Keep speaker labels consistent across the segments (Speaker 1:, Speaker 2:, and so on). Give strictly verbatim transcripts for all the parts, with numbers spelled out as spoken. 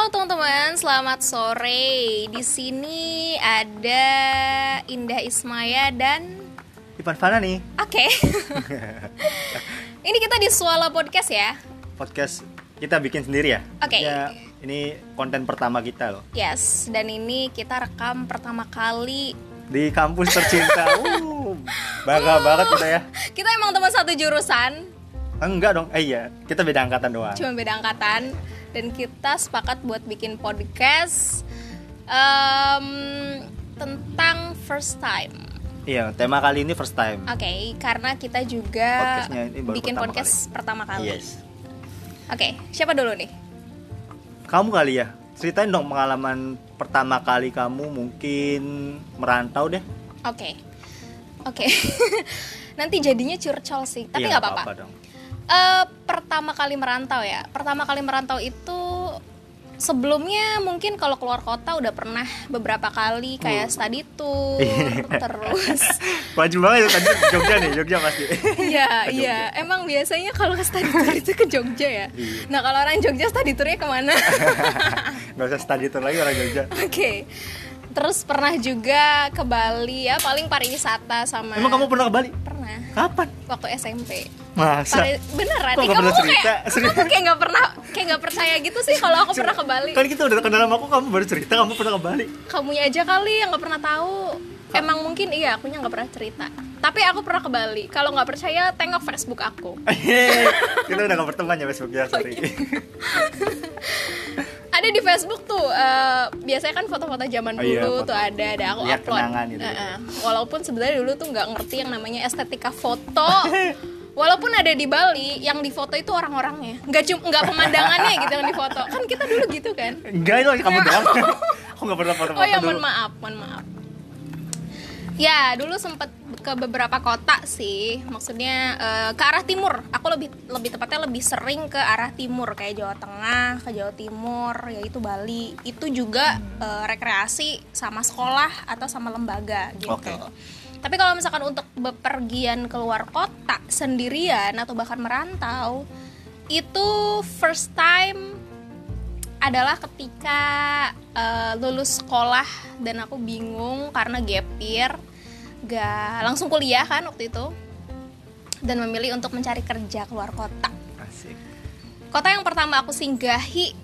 Speaker 1: Halo teman-teman, selamat sore. Di sini ada Indah Ismaya dan
Speaker 2: Ivan Fana nih.
Speaker 1: Oke. Ini kita di Suala Podcast ya.
Speaker 2: Podcast kita bikin sendiri ya.
Speaker 1: Oke.
Speaker 2: Ya, ini konten pertama kita loh.
Speaker 1: Yes, dan ini kita rekam pertama kali
Speaker 2: di kampus tercinta. uh, Bangga banget kita ya.
Speaker 1: Kita emang teman satu jurusan.
Speaker 2: Enggak dong, eh iya, kita beda angkatan doang.
Speaker 1: Cuma beda angkatan. Dan kita sepakat buat bikin podcast um, tentang first time.
Speaker 2: Iya, tema kali ini first time.
Speaker 1: Oke, okay, karena kita juga bikin
Speaker 2: pertama
Speaker 1: podcast
Speaker 2: kali.
Speaker 1: pertama kali.
Speaker 2: Yes.
Speaker 1: Oke, okay, siapa dulu nih?
Speaker 2: Kamu kali ya. Ceritain dong pengalaman pertama kali kamu mungkin merantau deh.
Speaker 1: Oke, okay. oke. Okay. Nanti jadinya curcol sih, tapi nggak
Speaker 2: iya,
Speaker 1: apa-apa.
Speaker 2: apa-apa dong.
Speaker 1: Uh, pertama kali merantau ya. Pertama kali merantau itu sebelumnya mungkin kalau keluar kota udah pernah beberapa kali kayak study tour terus.
Speaker 2: Wajib banget tadi Jogja nih, Jogja pasti.
Speaker 1: Iya, iya. Emang biasanya kalau ke study tour itu ke Jogja ya. Nah, kalau orang Jogja study tournya kemana?
Speaker 2: Gak usah study tour lagi orang Jogja.
Speaker 1: Oke. Okay. Terus pernah juga ke Bali ya, paling pariwisata sama.
Speaker 2: Emang kamu pernah ke Bali?
Speaker 1: Pernah.
Speaker 2: Kapan?
Speaker 1: Waktu S M P.
Speaker 2: Masa?
Speaker 1: Pari... Beneran?
Speaker 2: Kok
Speaker 1: nih,
Speaker 2: gak
Speaker 1: kamu
Speaker 2: pernah cerita?
Speaker 1: Kayak, kamu kayak gak pernah, kayak gak percaya gitu sih kalau aku pernah ke Bali.
Speaker 2: Kan kita udah kenal sama aku, kamu baru cerita kamu pernah ke Bali.
Speaker 1: Kamunya aja kali yang gak pernah tahu. Ka- Emang mungkin iya, akunya gak pernah cerita. Tapi aku pernah ke Bali. Kalau gak percaya, tengok Facebook aku.
Speaker 2: Kita udah gak berteman ya Facebooknya, sorry.
Speaker 1: Ada di Facebook tuh, uh, biasanya kan foto-foto zaman dulu oh, iya, tuh ada, ada aku
Speaker 2: lihat
Speaker 1: upload.
Speaker 2: Gitu,
Speaker 1: uh-uh. ya. Walaupun sebenarnya dulu tuh nggak ngerti yang namanya estetika foto. Walaupun ada di Bali, yang di foto itu orang-orangnya, nggak cuma nggak pemandangannya gitu yang di foto. Kan kita dulu gitu kan?
Speaker 2: Enggak, itu kamu doang. Aku nggak pernah foto-foto.
Speaker 1: Oh ya, mohon maaf, mohon maaf. Ya, dulu sempet ke beberapa kota sih. Maksudnya uh, ke arah timur. Aku lebih lebih tepatnya lebih sering ke arah timur kayak Jawa Tengah, ke Jawa Timur, yaitu Bali. Itu juga uh, rekreasi sama sekolah atau sama lembaga gitu.
Speaker 2: Okay.
Speaker 1: Tapi kalau misalkan untuk bepergian keluar kota sendirian atau bahkan merantau, itu first time adalah ketika uh, lulus sekolah dan aku bingung karena gap year, gak langsung kuliah kan waktu itu, dan memilih untuk mencari kerja keluar kota.
Speaker 2: Asik.
Speaker 1: Kota yang pertama aku singgahi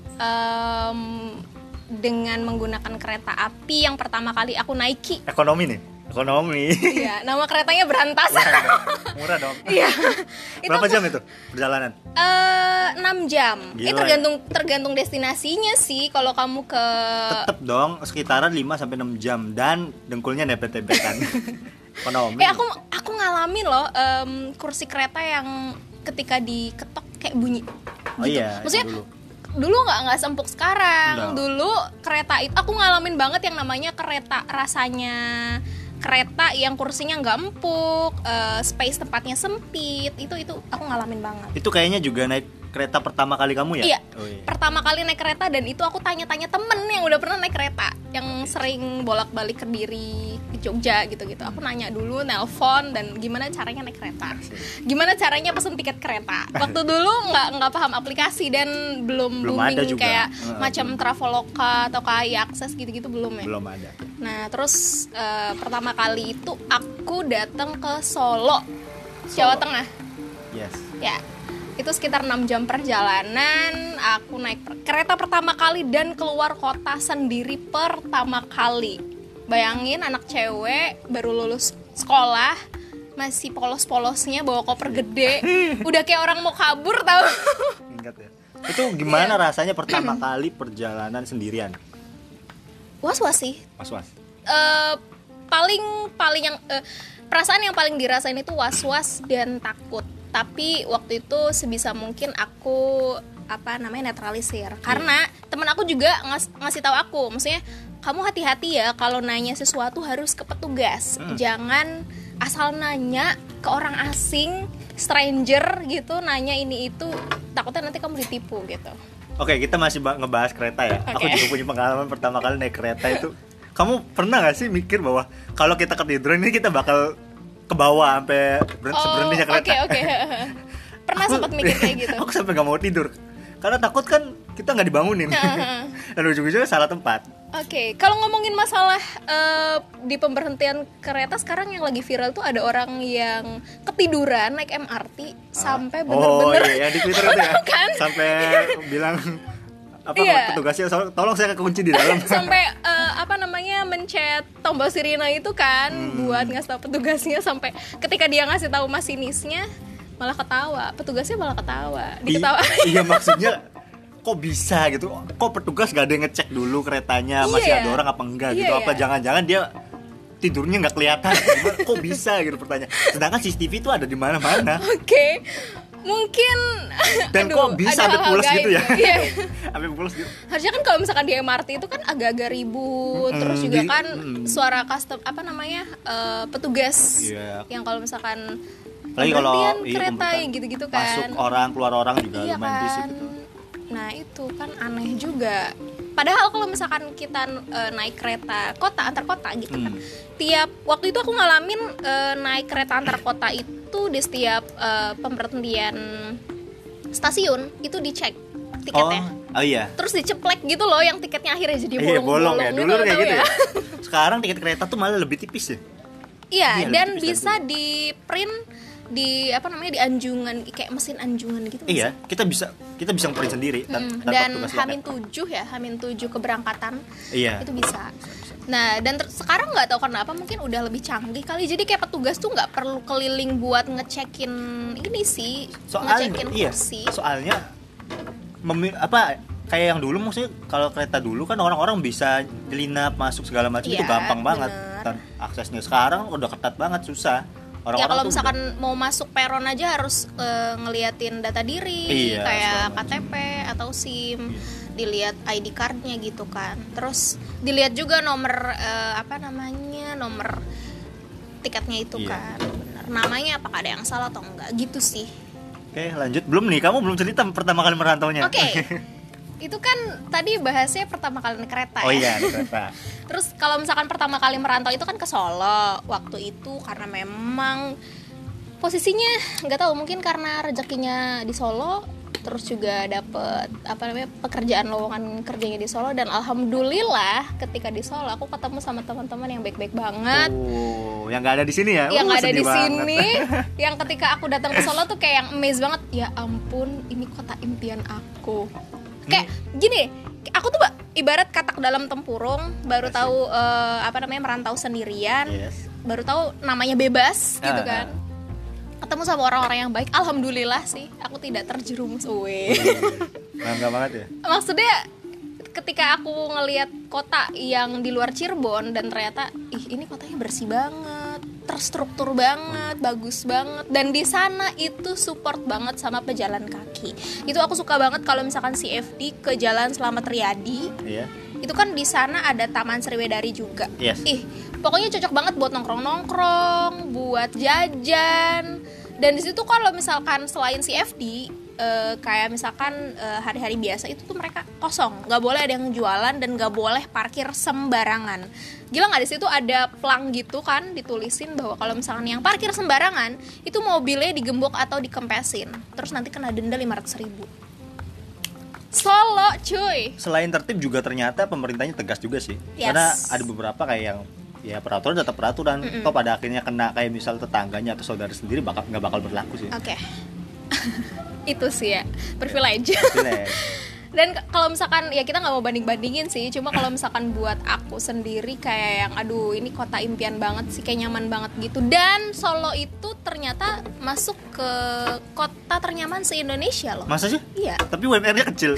Speaker 1: um, dengan menggunakan kereta api yang pertama kali aku naiki.
Speaker 2: Ekonomi nih? Ekonomi.
Speaker 1: Iya, nama keretanya Berantas.
Speaker 2: Murah dong.
Speaker 1: Iya.
Speaker 2: Berapa jam itu perjalanan?
Speaker 1: Uh, enam jam.
Speaker 2: Gila,
Speaker 1: eh tergantung ya? tergantung destinasinya sih. Kalau kamu ke
Speaker 2: tetep dong sekitaran lima sampai enam jam dan dengkulnya nepet-nepetan. Ekonomi.
Speaker 1: Eh aku aku ngalamin loh um, kursi kereta yang ketika diketok kayak bunyi.
Speaker 2: Oh
Speaker 1: gitu.
Speaker 2: iya.
Speaker 1: Maksudnya
Speaker 2: dulu.
Speaker 1: Dulu nggak nggak sempuk sekarang.
Speaker 2: No.
Speaker 1: Dulu kereta itu aku ngalamin banget yang namanya kereta rasanya kereta yang kursinya nggak empuk, uh, space tempatnya sempit, itu itu aku ngalamin banget.
Speaker 2: Itu kayaknya juga naik kereta pertama kali kamu ya?
Speaker 1: Iya,
Speaker 2: oh, iya.
Speaker 1: Pertama kali naik kereta, dan itu aku tanya-tanya temen yang udah pernah naik kereta, yang sering bolak-balik Kediri, ke Jogja gitu-gitu. Aku nanya dulu, nelpon, dan gimana caranya naik kereta, gimana caranya pesen tiket kereta. Waktu dulu nggak nggak paham aplikasi dan belum,
Speaker 2: belum
Speaker 1: booming kayak
Speaker 2: uh,
Speaker 1: macam Traveloka atau kayak Akses gitu-gitu belum ya.
Speaker 2: Belum ada.
Speaker 1: Nah terus uh, pertama kali itu aku datang ke Solo, Solo, Jawa Tengah.
Speaker 2: Yes.
Speaker 1: Ya. Itu sekitar enam jam perjalanan. Aku naik per- kereta pertama kali dan keluar kota sendiri pertama kali. Bayangin anak cewek baru lulus sekolah, masih polos-polosnya bawa koper gede, udah kayak orang mau kabur tau.
Speaker 2: Ingat ya. Itu gimana rasanya pertama kali perjalanan sendirian?
Speaker 1: Was-was sih.
Speaker 2: Was-was.
Speaker 1: Uh, paling paling yang uh, perasaan yang paling dirasain itu was-was dan takut. Tapi waktu itu sebisa mungkin aku apa namanya netralisir, karena temen aku juga ngas- ngasih tahu aku, maksudnya kamu hati-hati ya kalau nanya sesuatu harus ke petugas, hmm. jangan asal nanya ke orang asing, stranger gitu, nanya ini itu, takutnya nanti kamu ditipu gitu.
Speaker 2: Oke, kita masih ngebahas kereta ya.
Speaker 1: Okay.
Speaker 2: Aku juga punya pengalaman pertama kali naik kereta itu. Kamu pernah gak sih mikir bahwa kalau kita ketiduran ini kita bakal ke bawah sampai ber-
Speaker 1: oh,
Speaker 2: seberhentinya kereta?
Speaker 1: Oke okay, oke. Okay. Pernah sempat mikir kayak gitu.
Speaker 2: Aku sampai nggak mau tidur karena takut kan kita nggak dibangunin. Dan ujung-ujungnya salah tempat.
Speaker 1: Oke, okay. Kalau ngomongin masalah uh, di pemberhentian kereta sekarang yang lagi viral tuh ada orang yang ketiduran naik M R T ah. sampai bener-bener.
Speaker 2: Oh iya, yang di Twitter itu ya. Kan? Sampai bilang apa iya. petugasnya tolong saya kekunci di dalam.
Speaker 1: Sampai uh, apa namanya mencet tombol sirine itu kan hmm. buat ngasih tahu petugasnya, sampai ketika dia ngasih tahu masinisnya malah ketawa, petugasnya malah ketawa, diketawa.
Speaker 2: I- iya maksudnya kok bisa gitu, kok petugas gak ada yang ngecek dulu keretanya iya. masih ada orang apa enggak gitu, iya, apa iya. jangan-jangan dia tidurnya nggak kelihatan, kok bisa gitu pertanyaan. Sedangkan C C T V itu ada di mana-mana.
Speaker 1: Oke, okay. Mungkin
Speaker 2: dan aduh, kok bisa sampai pulas gitu ya? Iya. Sampai pulas gitu.
Speaker 1: Harusnya kan kalau misalkan di M R T itu kan agak-agak ribut, hmm, terus juga di, kan hmm. suara custom apa namanya uh, petugas yeah. yang kalau misalkan
Speaker 2: lagi kalau
Speaker 1: kereta iya, gitu-gitu kan
Speaker 2: masuk orang keluar orang juga
Speaker 1: iya
Speaker 2: lumayan
Speaker 1: kan?
Speaker 2: Bisik gitu.
Speaker 1: Nah itu kan aneh juga. Padahal kalau misalkan kita uh, naik kereta kota antar kota gitu hmm. kan, tiap waktu itu aku ngalamin uh, naik kereta antar kota itu di setiap uh, pemberhentian stasiun itu dicek tiketnya.
Speaker 2: Oh, oh iya.
Speaker 1: Terus diceplek gitu loh, yang tiketnya akhirnya jadi
Speaker 2: bolong-bolong. Iya, bolong ya. Dulu kayak gitu ya. Sekarang tiket kereta tuh malah lebih tipis ya.
Speaker 1: Iya, iya dan bisa di print di apa namanya di anjungan kayak mesin anjungan gitu.
Speaker 2: Iya, bisa. kita bisa kita bisa ngeprint sendiri
Speaker 1: hmm, dan Hamin tujuh ya, Hamin tujuh keberangkatan.
Speaker 2: Iya.
Speaker 1: Itu bisa. Nah, dan ter- sekarang nggak tahu kenapa mungkin udah lebih canggih kali. Jadi kayak petugas tuh nggak perlu keliling buat ngecekin ini sih,
Speaker 2: soalnya,
Speaker 1: ngecekin
Speaker 2: iya,
Speaker 1: kursi.
Speaker 2: Soalnya memi- apa kayak yang dulu maksudnya kalau kereta dulu kan orang-orang bisa nyelinap masuk segala macam
Speaker 1: iya,
Speaker 2: itu gampang banget.
Speaker 1: Bener.
Speaker 2: Dan aksesnya sekarang udah ketat banget, susah. Orang-orang
Speaker 1: ya kalau misalkan
Speaker 2: udah...
Speaker 1: mau masuk peron aja harus uh, ngeliatin data diri
Speaker 2: iya,
Speaker 1: kayak K T P atau SIM, iya. dilihat I D cardnya gitu kan. Terus dilihat juga nomor uh, apa namanya nomor tiketnya itu iya. kan. Bener. Namanya apakah ada yang salah atau enggak gitu sih.
Speaker 2: Oke lanjut, belum nih kamu belum cerita pertama kali merantaunya.
Speaker 1: Oke. Itu kan tadi bahasnya pertama kali naik kereta.
Speaker 2: Oh iya, kereta.
Speaker 1: Terus kalau misalkan pertama kali merantau itu kan ke Solo waktu itu karena memang posisinya nggak tahu mungkin karena rezekinya di Solo, terus juga dapet apa namanya pekerjaan lowongan kerjanya di Solo, dan alhamdulillah ketika di Solo aku ketemu sama teman-teman yang baik-baik banget.
Speaker 2: Oh, yang nggak ada di sini ya?
Speaker 1: Yang nggak
Speaker 2: uh,
Speaker 1: ada di sini. Yang ketika aku datang ke Solo tuh kayak yang amazed banget. Ya ampun, ini kota impian aku. Kayak gini, aku tuh ibarat katak dalam tempurung, baru Asik. tahu uh, apa namanya merantau sendirian, yes. baru tahu namanya bebas gitu kan. Ketemu sama orang-orang yang baik, alhamdulillah sih, aku tidak terjerumus. Weh.
Speaker 2: Bangga banget ya.
Speaker 1: Maksudnya ketika aku ngelihat kota yang di luar Cirebon dan ternyata ih ini kotanya bersih banget, terstruktur banget, bagus banget, dan di sana itu support banget sama pejalan kaki. Itu aku suka banget kalau misalkan C F D ke Jalan Slamet Riyadi. Iya. Itu kan di sana ada Taman Sriwedari juga.
Speaker 2: Yes.
Speaker 1: Ih, pokoknya cocok banget buat nongkrong-nongkrong, buat jajan. Dan di situ kalau misalkan selain C F D Uh, kayak misalkan uh, hari-hari biasa itu tuh mereka kosong, nggak boleh ada yang jualan dan nggak boleh parkir sembarangan. Gila nggak, di situ ada plang gitu kan ditulisin bahwa kalau misalkan yang parkir sembarangan itu mobilnya digembok atau dikempesin, terus nanti kena denda lima ratus ribu. Solo cuy.
Speaker 2: Selain tertib juga ternyata pemerintahnya tegas juga sih, yes. Karena ada beberapa kayak yang ya peraturan tetap peraturan, mm-mm. Kok pada akhirnya kena kayak misal tetangganya atau saudara sendiri bakal nggak bakal berlaku sih.
Speaker 1: Oke. Okay. Itu sih ya privilege. Dan kalau misalkan ya kita nggak mau banding-bandingin sih, cuma kalau misalkan buat aku sendiri kayak yang aduh ini kota impian banget sih, kayak nyaman banget gitu. Dan Solo itu ternyata masuk ke kota ternyaman se Indonesia loh.
Speaker 2: Masa sih?
Speaker 1: Iya.
Speaker 2: Tapi U M R-nya kecil.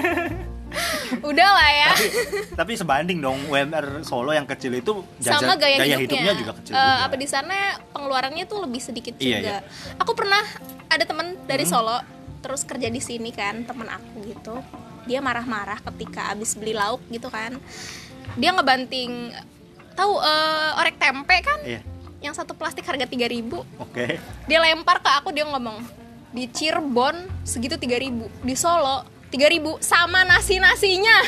Speaker 1: Udah lah ya.
Speaker 2: Tapi, tapi sebanding dong, U M R Solo yang kecil itu jajan,
Speaker 1: sama gaya,
Speaker 2: gaya
Speaker 1: hidupnya.
Speaker 2: hidupnya juga kecil. Uh,
Speaker 1: juga. Apa di sana pengeluarannya tuh lebih sedikit juga.
Speaker 2: Iya, iya.
Speaker 1: Aku pernah ada teman dari
Speaker 2: hmm.
Speaker 1: Solo terus kerja di sini kan, teman aku gitu. Dia marah-marah ketika abis beli lauk gitu kan. Dia ngebanting tahu uh, orek tempe kan?
Speaker 2: Iya.
Speaker 1: Yang satu plastik harga tiga ribu.
Speaker 2: Oke. Okay.
Speaker 1: Dia lempar ke aku, dia ngomong, "Di Cirebon segitu tiga ribu, di Solo tiga ribu sama nasi-nasinya."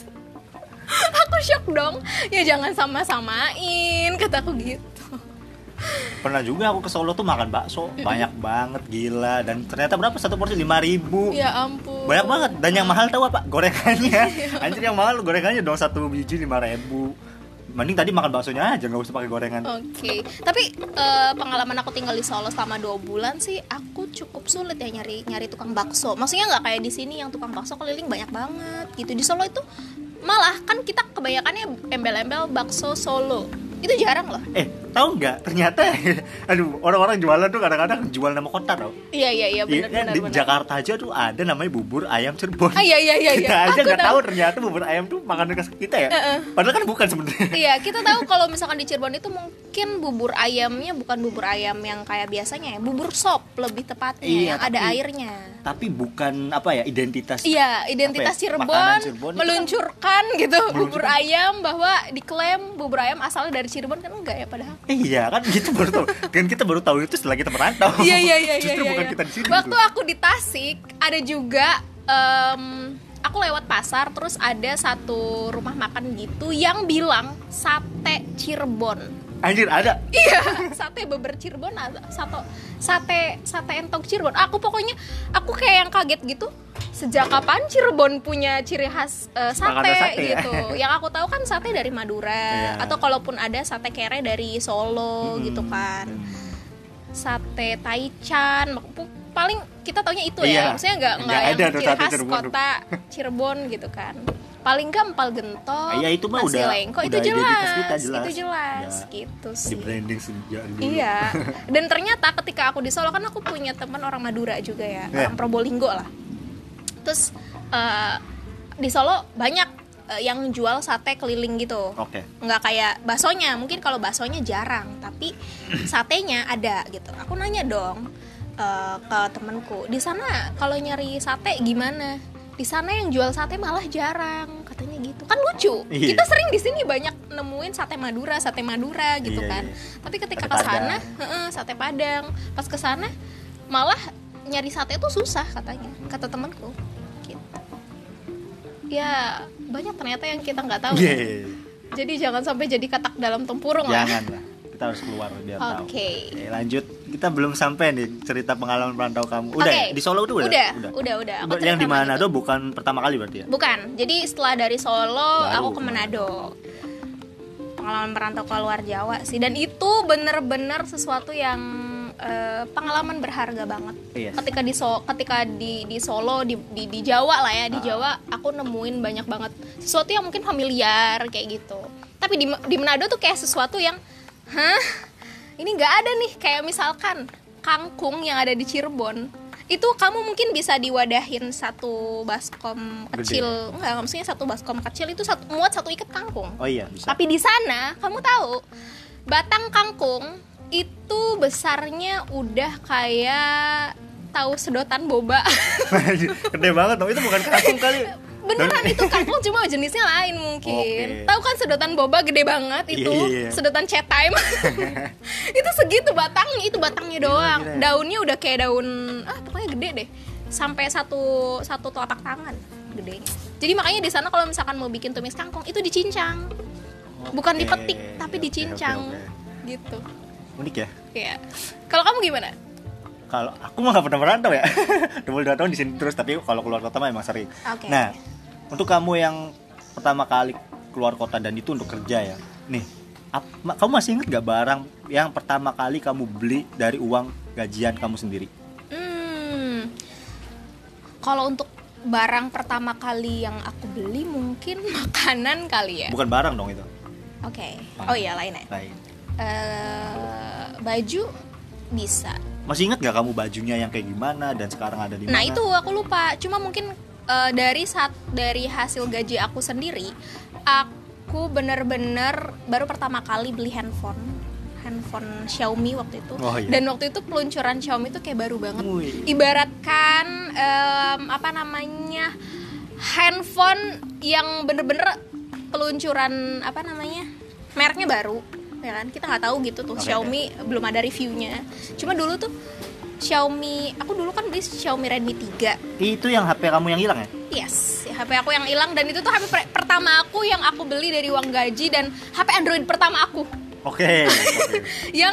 Speaker 1: Aku shock dong. Ya jangan sama-samain, kataku gitu.
Speaker 2: Pernah juga aku ke Solo tuh makan bakso banyak banget, gila. Dan ternyata berapa satu porsi lima ribu.
Speaker 1: Ya ampun.
Speaker 2: Banyak banget. Dan yang mahal tahu apa? Gorengannya. Anjir, yang mahal gorengannya dong, satu biji lima ribu. Mending tadi makan baksonya aja, nggak usah pakai gorengan.
Speaker 1: Oke, okay. Tapi uh, pengalaman aku tinggal di Solo selama dua bulan sih, aku cukup sulit ya nyari nyari tukang bakso. Maksudnya nggak kayak di sini yang tukang bakso keliling banyak banget gitu. Di Solo itu malah kan kita kebanyakannya embel-embel bakso Solo, itu jarang loh.
Speaker 2: Eh, tahu nggak? Ternyata, aduh, orang-orang jualan tuh kadang-kadang jual nama kota tau.
Speaker 1: Iya iya iya benar
Speaker 2: ya,
Speaker 1: benar.
Speaker 2: Di bener. Jakarta aja tuh ada namanya bubur ayam Cirebon.
Speaker 1: Ah, iya iya iya.
Speaker 2: Kita
Speaker 1: iya.
Speaker 2: aja nggak tahu ternyata bubur ayam tuh makanan khas kita ya. Uh-uh. Padahal kan bukan sebenarnya.
Speaker 1: Iya, kita tahu kalau misalkan di Cirebon itu mungkin bubur ayamnya bukan bubur ayam yang kayak biasanya ya, bubur sop lebih tepatnya,
Speaker 2: iya,
Speaker 1: yang ada
Speaker 2: tapi,
Speaker 1: airnya.
Speaker 2: Tapi bukan apa ya identitas.
Speaker 1: Iya, identitas ya, Cirebon, Cirebon meluncurkan kan, gitu bubur ayam bahwa diklaim bubur ayam asalnya dari Cirebon, kan enggak ya padahal.
Speaker 2: Iya kan, gitu baru tahu. Kan kita baru tahu itu setelah kita merantau.
Speaker 1: Iya iya iya.
Speaker 2: Justru
Speaker 1: iya,
Speaker 2: bukan
Speaker 1: iya.
Speaker 2: kita di sini.
Speaker 1: Waktu
Speaker 2: gitu.
Speaker 1: aku di Tasik ada juga, um, aku lewat pasar terus ada satu rumah makan gitu yang bilang sate Cirebon.
Speaker 2: Anjir, ada.
Speaker 1: Iya, sate beber Cirebon, satu sate sate entok Cirebon. Aku pokoknya aku kayak yang kaget gitu. Sejak kapan Cirebon punya ciri khas uh, sate, sate gitu? Ya? Yang aku tahu kan sate dari Madura, yeah. Atau kalaupun ada sate kere dari Solo, hmm. gitu kan. Sate Taichan, paling kita taunya itu ya. Yeah. Maksudnya nggak nggak yang ciri khas Cirebon. Kota Cirebon gitu kan. Paling gak empal gentong,
Speaker 2: ah, ya, itu mah
Speaker 1: nasi
Speaker 2: udah,
Speaker 1: lengko,
Speaker 2: udah
Speaker 1: itu jelas,
Speaker 2: kita jelas,
Speaker 1: itu jelas, ya, gitu sih.
Speaker 2: Di branding sejak dulu.
Speaker 1: Iya. Dan ternyata ketika aku di Solo kan aku punya teman orang Madura juga ya, yeah. Orang Probolinggo lah. Terus uh, di Solo banyak uh, yang jual sate keliling gitu.
Speaker 2: Oke. Okay.
Speaker 1: Nggak kayak baksonya, mungkin kalau baksonya jarang, tapi satenya ada gitu. Aku nanya dong uh, ke temanku, di sana kalau nyari sate gimana? Di sana yang jual sate malah jarang, katanya gitu. Kan lucu. Iya. Kita sering di sini banyak nemuin sate Madura, sate Madura gitu, iya, kan. Iya. Tapi ketika ke sana, heeh, sate Padang. Pas ke sana malah nyari sate itu susah katanya, kata temanku. Gitu. Ya, banyak ternyata yang kita nggak tahu.
Speaker 2: Yeah.
Speaker 1: Jadi jangan sampai jadi katak dalam tempurung lah.
Speaker 2: Jangan lah. Kita harus keluar biar
Speaker 1: okay.
Speaker 2: tahu. Oke, lanjut. Kita belum sampai nih cerita pengalaman perantau kamu. Udah okay. ya? Di Solo udah?
Speaker 1: Udah, udah, udah. udah. Aku
Speaker 2: yang di Manado bukan pertama kali berarti ya?
Speaker 1: Bukan. Jadi setelah dari Solo, baru aku ke Manado. Pengalaman perantau ke luar Jawa sih. Dan itu bener-bener sesuatu yang uh, pengalaman berharga banget. Yes. Ketika di so, ketika di di Solo, di, di di Jawa lah ya, di ah. Jawa aku nemuin banyak banget sesuatu yang mungkin familiar kayak gitu. Tapi di di Manado tuh kayak sesuatu yang hah? Ini nggak ada nih, kayak misalkan kangkung yang ada di Cirebon itu kamu mungkin bisa diwadahin satu baskom kecil. Gede. Enggak, maksudnya satu baskom kecil itu satu, muat satu ikat kangkung.
Speaker 2: Oh iya, bisa.
Speaker 1: Tapi di sana kamu tahu batang kangkung itu besarnya udah kayak tahu sedotan boba.
Speaker 2: Gede banget dong, itu bukan kangkung kali.
Speaker 1: Beneran itu kangkung, cuma jenisnya lain mungkin. Okay. Tahu kan sedotan boba gede banget itu, yeah, yeah. Sedotan chat time. Itu segitu batangnya, itu batangnya doang. Gila, gila. Daunnya udah kayak daun, ah pokoknya gede deh. Sampai satu satu telapak tangan gedenya. Jadi makanya di sana kalau misalkan mau bikin tumis kangkung itu dicincang. Okay. Bukan dipetik, tapi dicincang. Okay, okay, okay. Gitu.
Speaker 2: Unik ya?
Speaker 1: Iya. Kalau kamu gimana?
Speaker 2: Kalau aku mah gak pernah merantau ya. Udah dua tahun di sini terus, tapi kalau keluar kota mah emang sering.
Speaker 1: Okay.
Speaker 2: Nah, untuk kamu yang pertama kali keluar kota dan itu untuk kerja ya. Nih, ap, kamu masih ingat gak barang yang pertama kali kamu beli dari uang gajian kamu sendiri?
Speaker 1: Hmm. Kalau untuk barang pertama kali yang aku beli mungkin makanan kali ya.
Speaker 2: Bukan barang dong itu.
Speaker 1: Oke. Okay. Oh iya, lain ya.
Speaker 2: Lain.
Speaker 1: Uh, baju bisa.
Speaker 2: Masih ingat gak kamu bajunya yang kayak gimana dan sekarang ada di mana?
Speaker 1: Nah itu aku lupa. Cuma mungkin uh, dari saat dari hasil gaji aku sendiri, aku bener-bener baru pertama kali beli handphone, handphone Xiaomi waktu itu.
Speaker 2: Oh, iya.
Speaker 1: Dan waktu itu peluncuran Xiaomi itu kayak baru banget.
Speaker 2: Ui.
Speaker 1: Ibaratkan um, apa namanya handphone yang bener-bener peluncuran apa namanya mereknya baru. Ya kan, kita nggak tahu gitu tuh. Okay, Xiaomi okay. Belum ada reviewnya. Cuma dulu tuh Xiaomi, aku dulu kan beli Xiaomi Redmi tiga.
Speaker 2: Itu yang H P kamu yang hilang ya?
Speaker 1: Yes, H P aku yang hilang, dan itu tuh H P per- pertama aku yang aku beli dari uang gaji, dan H P Android pertama aku.
Speaker 2: Oke. Okay, okay.
Speaker 1: Yang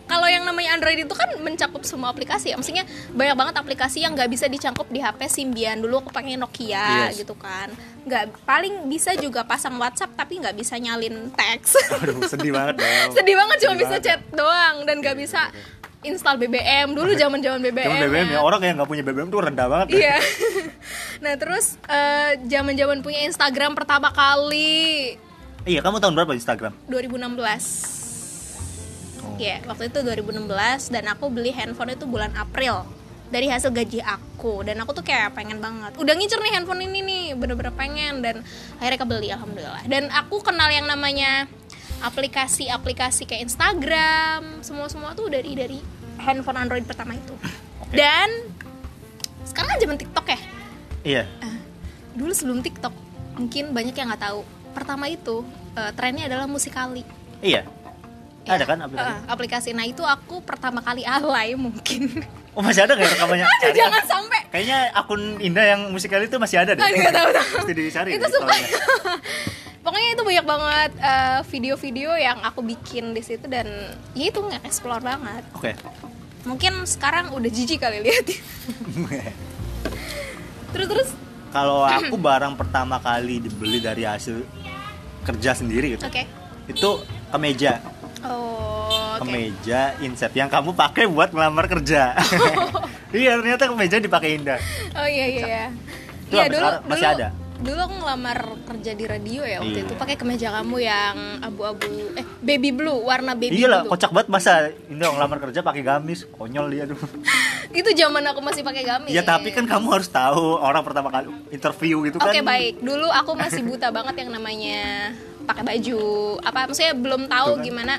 Speaker 1: kalau yang namanya Android itu kan mencakup semua aplikasi ya. Maksudnya banyak banget aplikasi yang nggak bisa dicangkup di H P Symbian. Dulu aku pakai Nokia yes. gitu kan. Nggak, paling bisa juga pasang WhatsApp tapi nggak bisa nyalin teks.
Speaker 2: Aduh, sedih banget dong.
Speaker 1: Sedih banget cuma
Speaker 2: sedih
Speaker 1: bisa
Speaker 2: banget.
Speaker 1: Chat doang dan nggak bisa install B B M. Dulu zaman-zaman B B M.
Speaker 2: Zaman B B M ya, orang yang nggak punya B B M tuh rendah banget.
Speaker 1: Iya. Nah, terus uh, zaman-zaman punya Instagram pertama kali.
Speaker 2: Iya, kamu tahun berapa Instagram?
Speaker 1: dua ribu enam belas. Ya, yeah, waktu itu dua ribu enam belas dan aku beli handphone itu bulan April dari hasil gaji aku dan aku tuh kayak pengen banget. Udah ngincer nih handphone ini nih, bener-bener pengen dan akhirnya kebeli alhamdulillah. Dan aku kenal yang namanya aplikasi-aplikasi kayak Instagram, semua-semua tuh dari dari handphone Android pertama itu. Okay. Dan sekarang kan zaman TikTok ya?
Speaker 2: Iya.
Speaker 1: Uh, dulu sebelum TikTok mungkin banyak yang nggak tahu. Pertama itu uh, trennya adalah Musical.ly.
Speaker 2: Iya.
Speaker 1: Ya,
Speaker 2: ada kan aplikasi?
Speaker 1: Uh, aplikasi. Nah itu aku pertama kali alay mungkin.
Speaker 2: Oh masih ada nggak rekamannya?
Speaker 1: Aduh jangan sampai.
Speaker 2: Kayaknya akun Indah yang Musical.ly itu masih ada deh.
Speaker 1: Nggak tahu tahu.
Speaker 2: Mesti dicari.
Speaker 1: Itu suka. Pokoknya itu banyak banget uh, video-video yang aku bikin di situ dan ya itu nge-explore banget.
Speaker 2: Oke. Okay.
Speaker 1: Mungkin sekarang udah jijik kali lihat. terus terus.
Speaker 2: Kalau aku barang pertama kali dibeli dari hasil kerja sendiri gitu.
Speaker 1: Oke. Okay.
Speaker 2: Itu kemeja.
Speaker 1: Oh, okay.
Speaker 2: Kemeja inset yang kamu pakai buat ngelamar kerja. Iya, ternyata kemeja dipakai Indah.
Speaker 1: Oh iya iya iya.
Speaker 2: Iya, dulu masih
Speaker 1: dulu,
Speaker 2: ada.
Speaker 1: Dulu aku ngelamar kerja di radio ya waktu
Speaker 2: iya.
Speaker 1: itu pakai kemeja kamu yang abu-abu eh baby blue, warna baby
Speaker 2: iya lah,
Speaker 1: blue.
Speaker 2: kocak banget masa Indah ngelamar kerja pakai gamis, konyol dia tuh.
Speaker 1: Itu zaman aku masih pakai gamis.
Speaker 2: Iya, tapi kan kamu harus tahu orang pertama kali interview gitu kan.
Speaker 1: Oke, baik. Dulu aku masih buta banget yang namanya pakai baju apa, maksudnya belum tahu kan? Gimana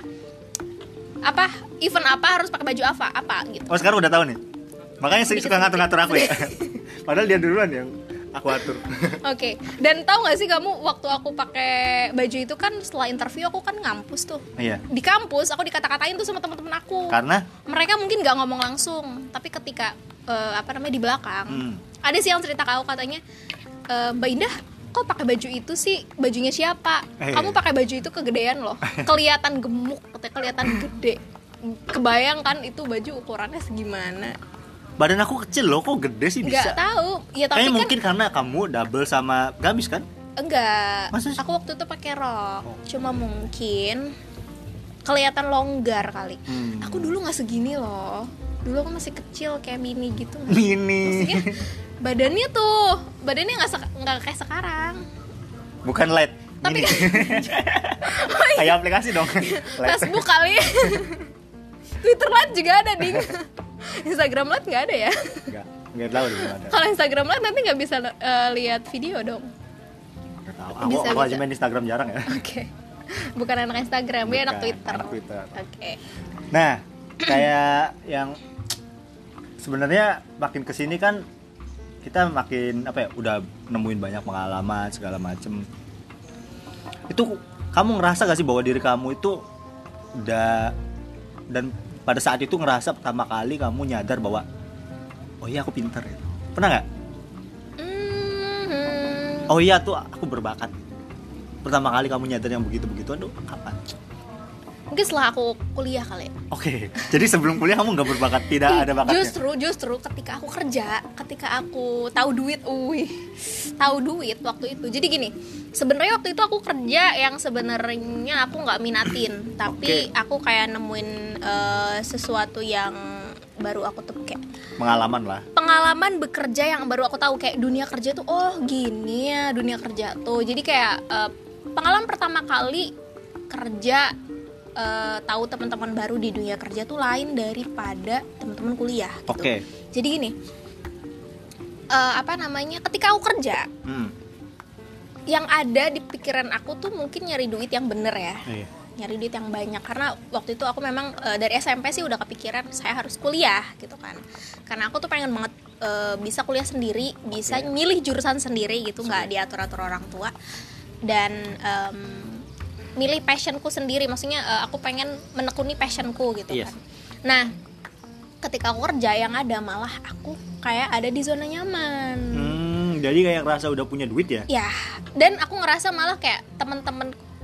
Speaker 1: apa event apa harus pakai baju apa apa gitu.
Speaker 2: Oh sekarang udah tahu nih, makanya sedikit suka ngatur-ngatur aku ya. Padahal dia duluan yang aku atur.
Speaker 1: Oke, okay. Dan tahu nggak sih kamu waktu aku pakai baju itu kan setelah interview aku kan ngampus tuh.
Speaker 2: Iya.
Speaker 1: Di kampus aku dikata-katain tuh sama teman-teman aku.
Speaker 2: Karena
Speaker 1: mereka mungkin nggak ngomong langsung, tapi ketika uh, apa namanya di belakang hmm. ada sih yang cerita ke aku katanya, e, Mbak Indah kok pakai baju itu sih, bajunya siapa? Eh, Kamu pakai baju itu kegedean loh, kelihatan gemuk, kelihatan gede. Kebayang kan itu baju ukurannya segimana?
Speaker 2: Badan aku kecil loh, kok gede sih bisa?
Speaker 1: Gak tahu. Ya tapi
Speaker 2: kayaknya
Speaker 1: kan
Speaker 2: mungkin karena kamu double sama gamis kan?
Speaker 1: Enggak.
Speaker 2: Masa?
Speaker 1: Aku waktu itu pakai rok. Oh. Cuma mungkin kelihatan longgar kali. Hmm. Aku dulu nggak segini loh. Dulu aku masih kecil kayak mini gitu.
Speaker 2: Mini.
Speaker 1: Maksudnya badannya tuh, badannya nggak nggak se- kayak sekarang.
Speaker 2: Bukan light.
Speaker 1: Tapi
Speaker 2: kayak aplikasi dong.
Speaker 1: Facebook kali. Twitter Lite juga ada ding. Instagram Lite nggak ada ya?
Speaker 2: Nggak, nggak tahu deh ada.
Speaker 1: Kalau Instagram Lite nanti nggak bisa uh, lihat video dong.
Speaker 2: Nggak tahu. Aku, bisa, aku aja main Instagram jarang ya.
Speaker 1: Oke. Okay. Bukan anak Instagram, dia anak Twitter.
Speaker 2: Anak Twitter.
Speaker 1: Oke. Okay.
Speaker 2: Nah, kayak yang sebenarnya makin kesini kan kita makin apa ya, udah nemuin banyak pengalaman segala macem. Itu kamu ngerasa gak sih bahwa diri kamu itu udah, dan pada saat itu ngerasa pertama kali kamu nyadar bahwa oh iya aku pintar gitu. Pernah nggak? Mm-hmm. Oh iya tuh aku berbakat. Pertama kali kamu nyadar yang begitu-begituan tuh kapan?
Speaker 1: Mungkin setelah aku kuliah kali ya.
Speaker 2: Oke, okay. Jadi sebelum kuliah kamu nggak berbakat, tidak ada bakatnya?
Speaker 1: Justru, justru ketika aku kerja, ketika aku tahu duit, wih, tahu duit waktu itu. Jadi gini, sebenarnya waktu itu aku kerja yang sebenarnya aku nggak minatin, tapi okay. aku kayak nemuin uh, sesuatu yang baru aku tuh kayak
Speaker 2: pengalaman lah. Pengalaman
Speaker 1: bekerja yang baru aku tahu, kayak dunia kerja tuh oh gini ya dunia kerja tuh. Jadi kayak uh, pengalaman pertama kali kerja. Uh, tahu teman-teman baru di dunia kerja tuh lain daripada teman-teman kuliah gitu.
Speaker 2: Oke. Okay.
Speaker 1: Jadi gini, uh, apa namanya? Ketika aku kerja, hmm. yang ada di pikiran aku tuh mungkin nyari duit yang bener ya, iya. nyari duit yang banyak. Karena waktu itu aku memang uh, dari S M P sih udah kepikiran saya harus kuliah gitu kan. Karena aku tuh pengen banget uh, bisa kuliah sendiri, bisa okay. milih jurusan sendiri gitu, nggak diatur-atur orang tua dan um, milih passionku sendiri, maksudnya uh, aku pengen menekuni passionku gitu yes. kan. Nah, ketika aku kerja yang ada malah aku kayak ada di zona nyaman.
Speaker 2: Hmm, jadi kayak ngerasa udah punya duit ya?
Speaker 1: Ya, dan aku ngerasa malah kayak teman-teman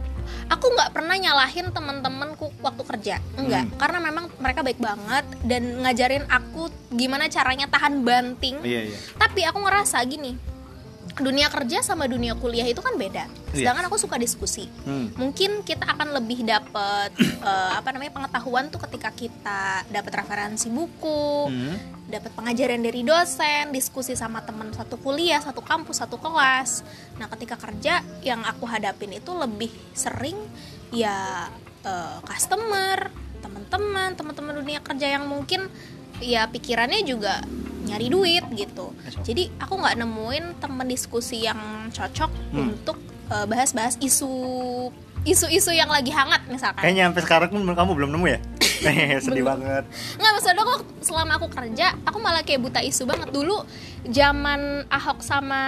Speaker 1: aku nggak pernah nyalahin teman-temanku waktu kerja, enggak, hmm. karena memang mereka baik banget dan ngajarin aku gimana caranya tahan banting.
Speaker 2: Iya, iya.
Speaker 1: Tapi aku ngerasa gini, dunia kerja sama dunia kuliah itu kan beda. Sedangkan aku suka diskusi. Hmm. Mungkin kita akan lebih dapat uh, apa namanya pengetahuan tuh ketika kita dapat referensi buku, hmm. dapat pengajaran dari dosen, diskusi sama teman satu kuliah, satu kampus, satu kelas. Nah, ketika kerja yang aku hadapin itu lebih sering ya uh, customer, teman-teman, teman-teman dunia kerja yang mungkin ya pikirannya juga nyari duit gitu. Jadi aku nggak nemuin temen diskusi yang cocok hmm. untuk uh, bahas-bahas isu isu-isu yang lagi hangat misalkan.
Speaker 2: Kayaknya sampai sekarang pun kamu belum nemu ya? Sedih
Speaker 1: belum.
Speaker 2: banget.
Speaker 1: Nggak, maksudnya kok selama aku kerja aku malah kayak buta isu banget. Dulu zaman Ahok sama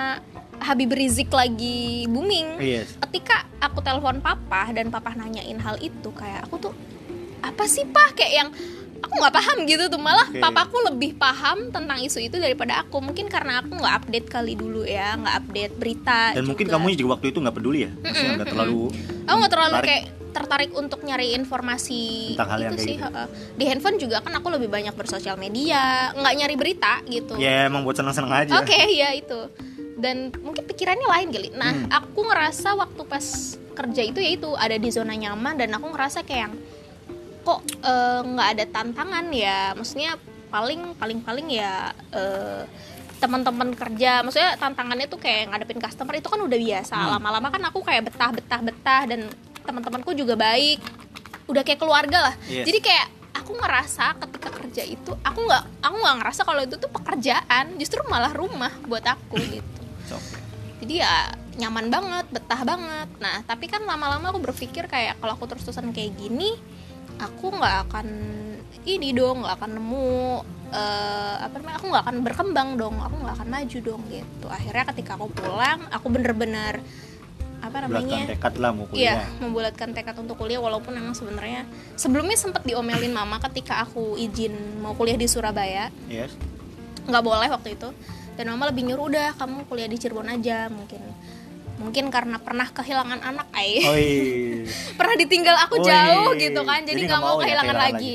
Speaker 1: Habib Rizik lagi booming,
Speaker 2: yes.
Speaker 1: ketika aku telepon papa dan papa nanyain hal itu, kayak aku tuh apa sih pak, kayak yang aku nggak paham gitu tuh, malah okay. papaku lebih paham tentang isu itu daripada aku. Mungkin karena aku nggak update kali dulu ya, nggak update berita.
Speaker 2: Dan juga. Mungkin kamu juga waktu itu nggak peduli ya, maksudnya nggak terlalu.
Speaker 1: Aku nggak terlalu tarik. kayak tertarik untuk nyari informasi
Speaker 2: tentang hal yang
Speaker 1: itu sih.
Speaker 2: Gitu.
Speaker 1: Di handphone juga kan aku lebih banyak bersosial media, nggak nyari berita gitu.
Speaker 2: Ya emang buat seneng-seneng aja.
Speaker 1: Oke okay, ya itu. Dan mungkin pikirannya lain kali. Nah, hmm. aku ngerasa waktu pas kerja itu ya itu ada di zona nyaman dan aku ngerasa kayak yang kok nggak uh, ada tantangan ya, maksudnya paling paling paling ya uh, teman-teman kerja, maksudnya tantangannya tuh kayak ngadepin customer itu kan udah biasa. hmm. Lama-lama kan aku kayak betah betah betah dan teman-temanku juga baik, udah kayak keluarga lah. yes. Jadi kayak aku ngerasa ketika kerja itu aku nggak aku nggak ngerasa kalau itu tuh pekerjaan, justru malah rumah buat aku gitu. Jadi ya nyaman banget, betah banget. Nah tapi kan lama-lama aku berpikir kayak kalau aku terus-terusan kayak gini, aku nggak akan ini dong, nggak akan nemu uh, apa namanya, aku nggak akan berkembang dong, aku nggak akan maju dong gitu. Akhirnya ketika aku pulang, aku bener-bener apa namanya,
Speaker 2: bulatkan tekad lah mau kuliah.
Speaker 1: Iya, membulatkan tekad untuk kuliah walaupun emang sebenarnya sebelumnya sempat diomelin mama ketika aku izin mau kuliah di Surabaya.
Speaker 2: Yes.
Speaker 1: Nggak boleh waktu itu. Dan mama lebih nyuruh udah kamu kuliah di Cirebon aja, mungkin. Mungkin karena pernah kehilangan anak, ay.
Speaker 2: Oh, iya.
Speaker 1: Pernah ditinggal aku
Speaker 2: oh,
Speaker 1: jauh gitu kan, jadi nggak mau, mau
Speaker 2: ya,
Speaker 1: kehilangan lagi.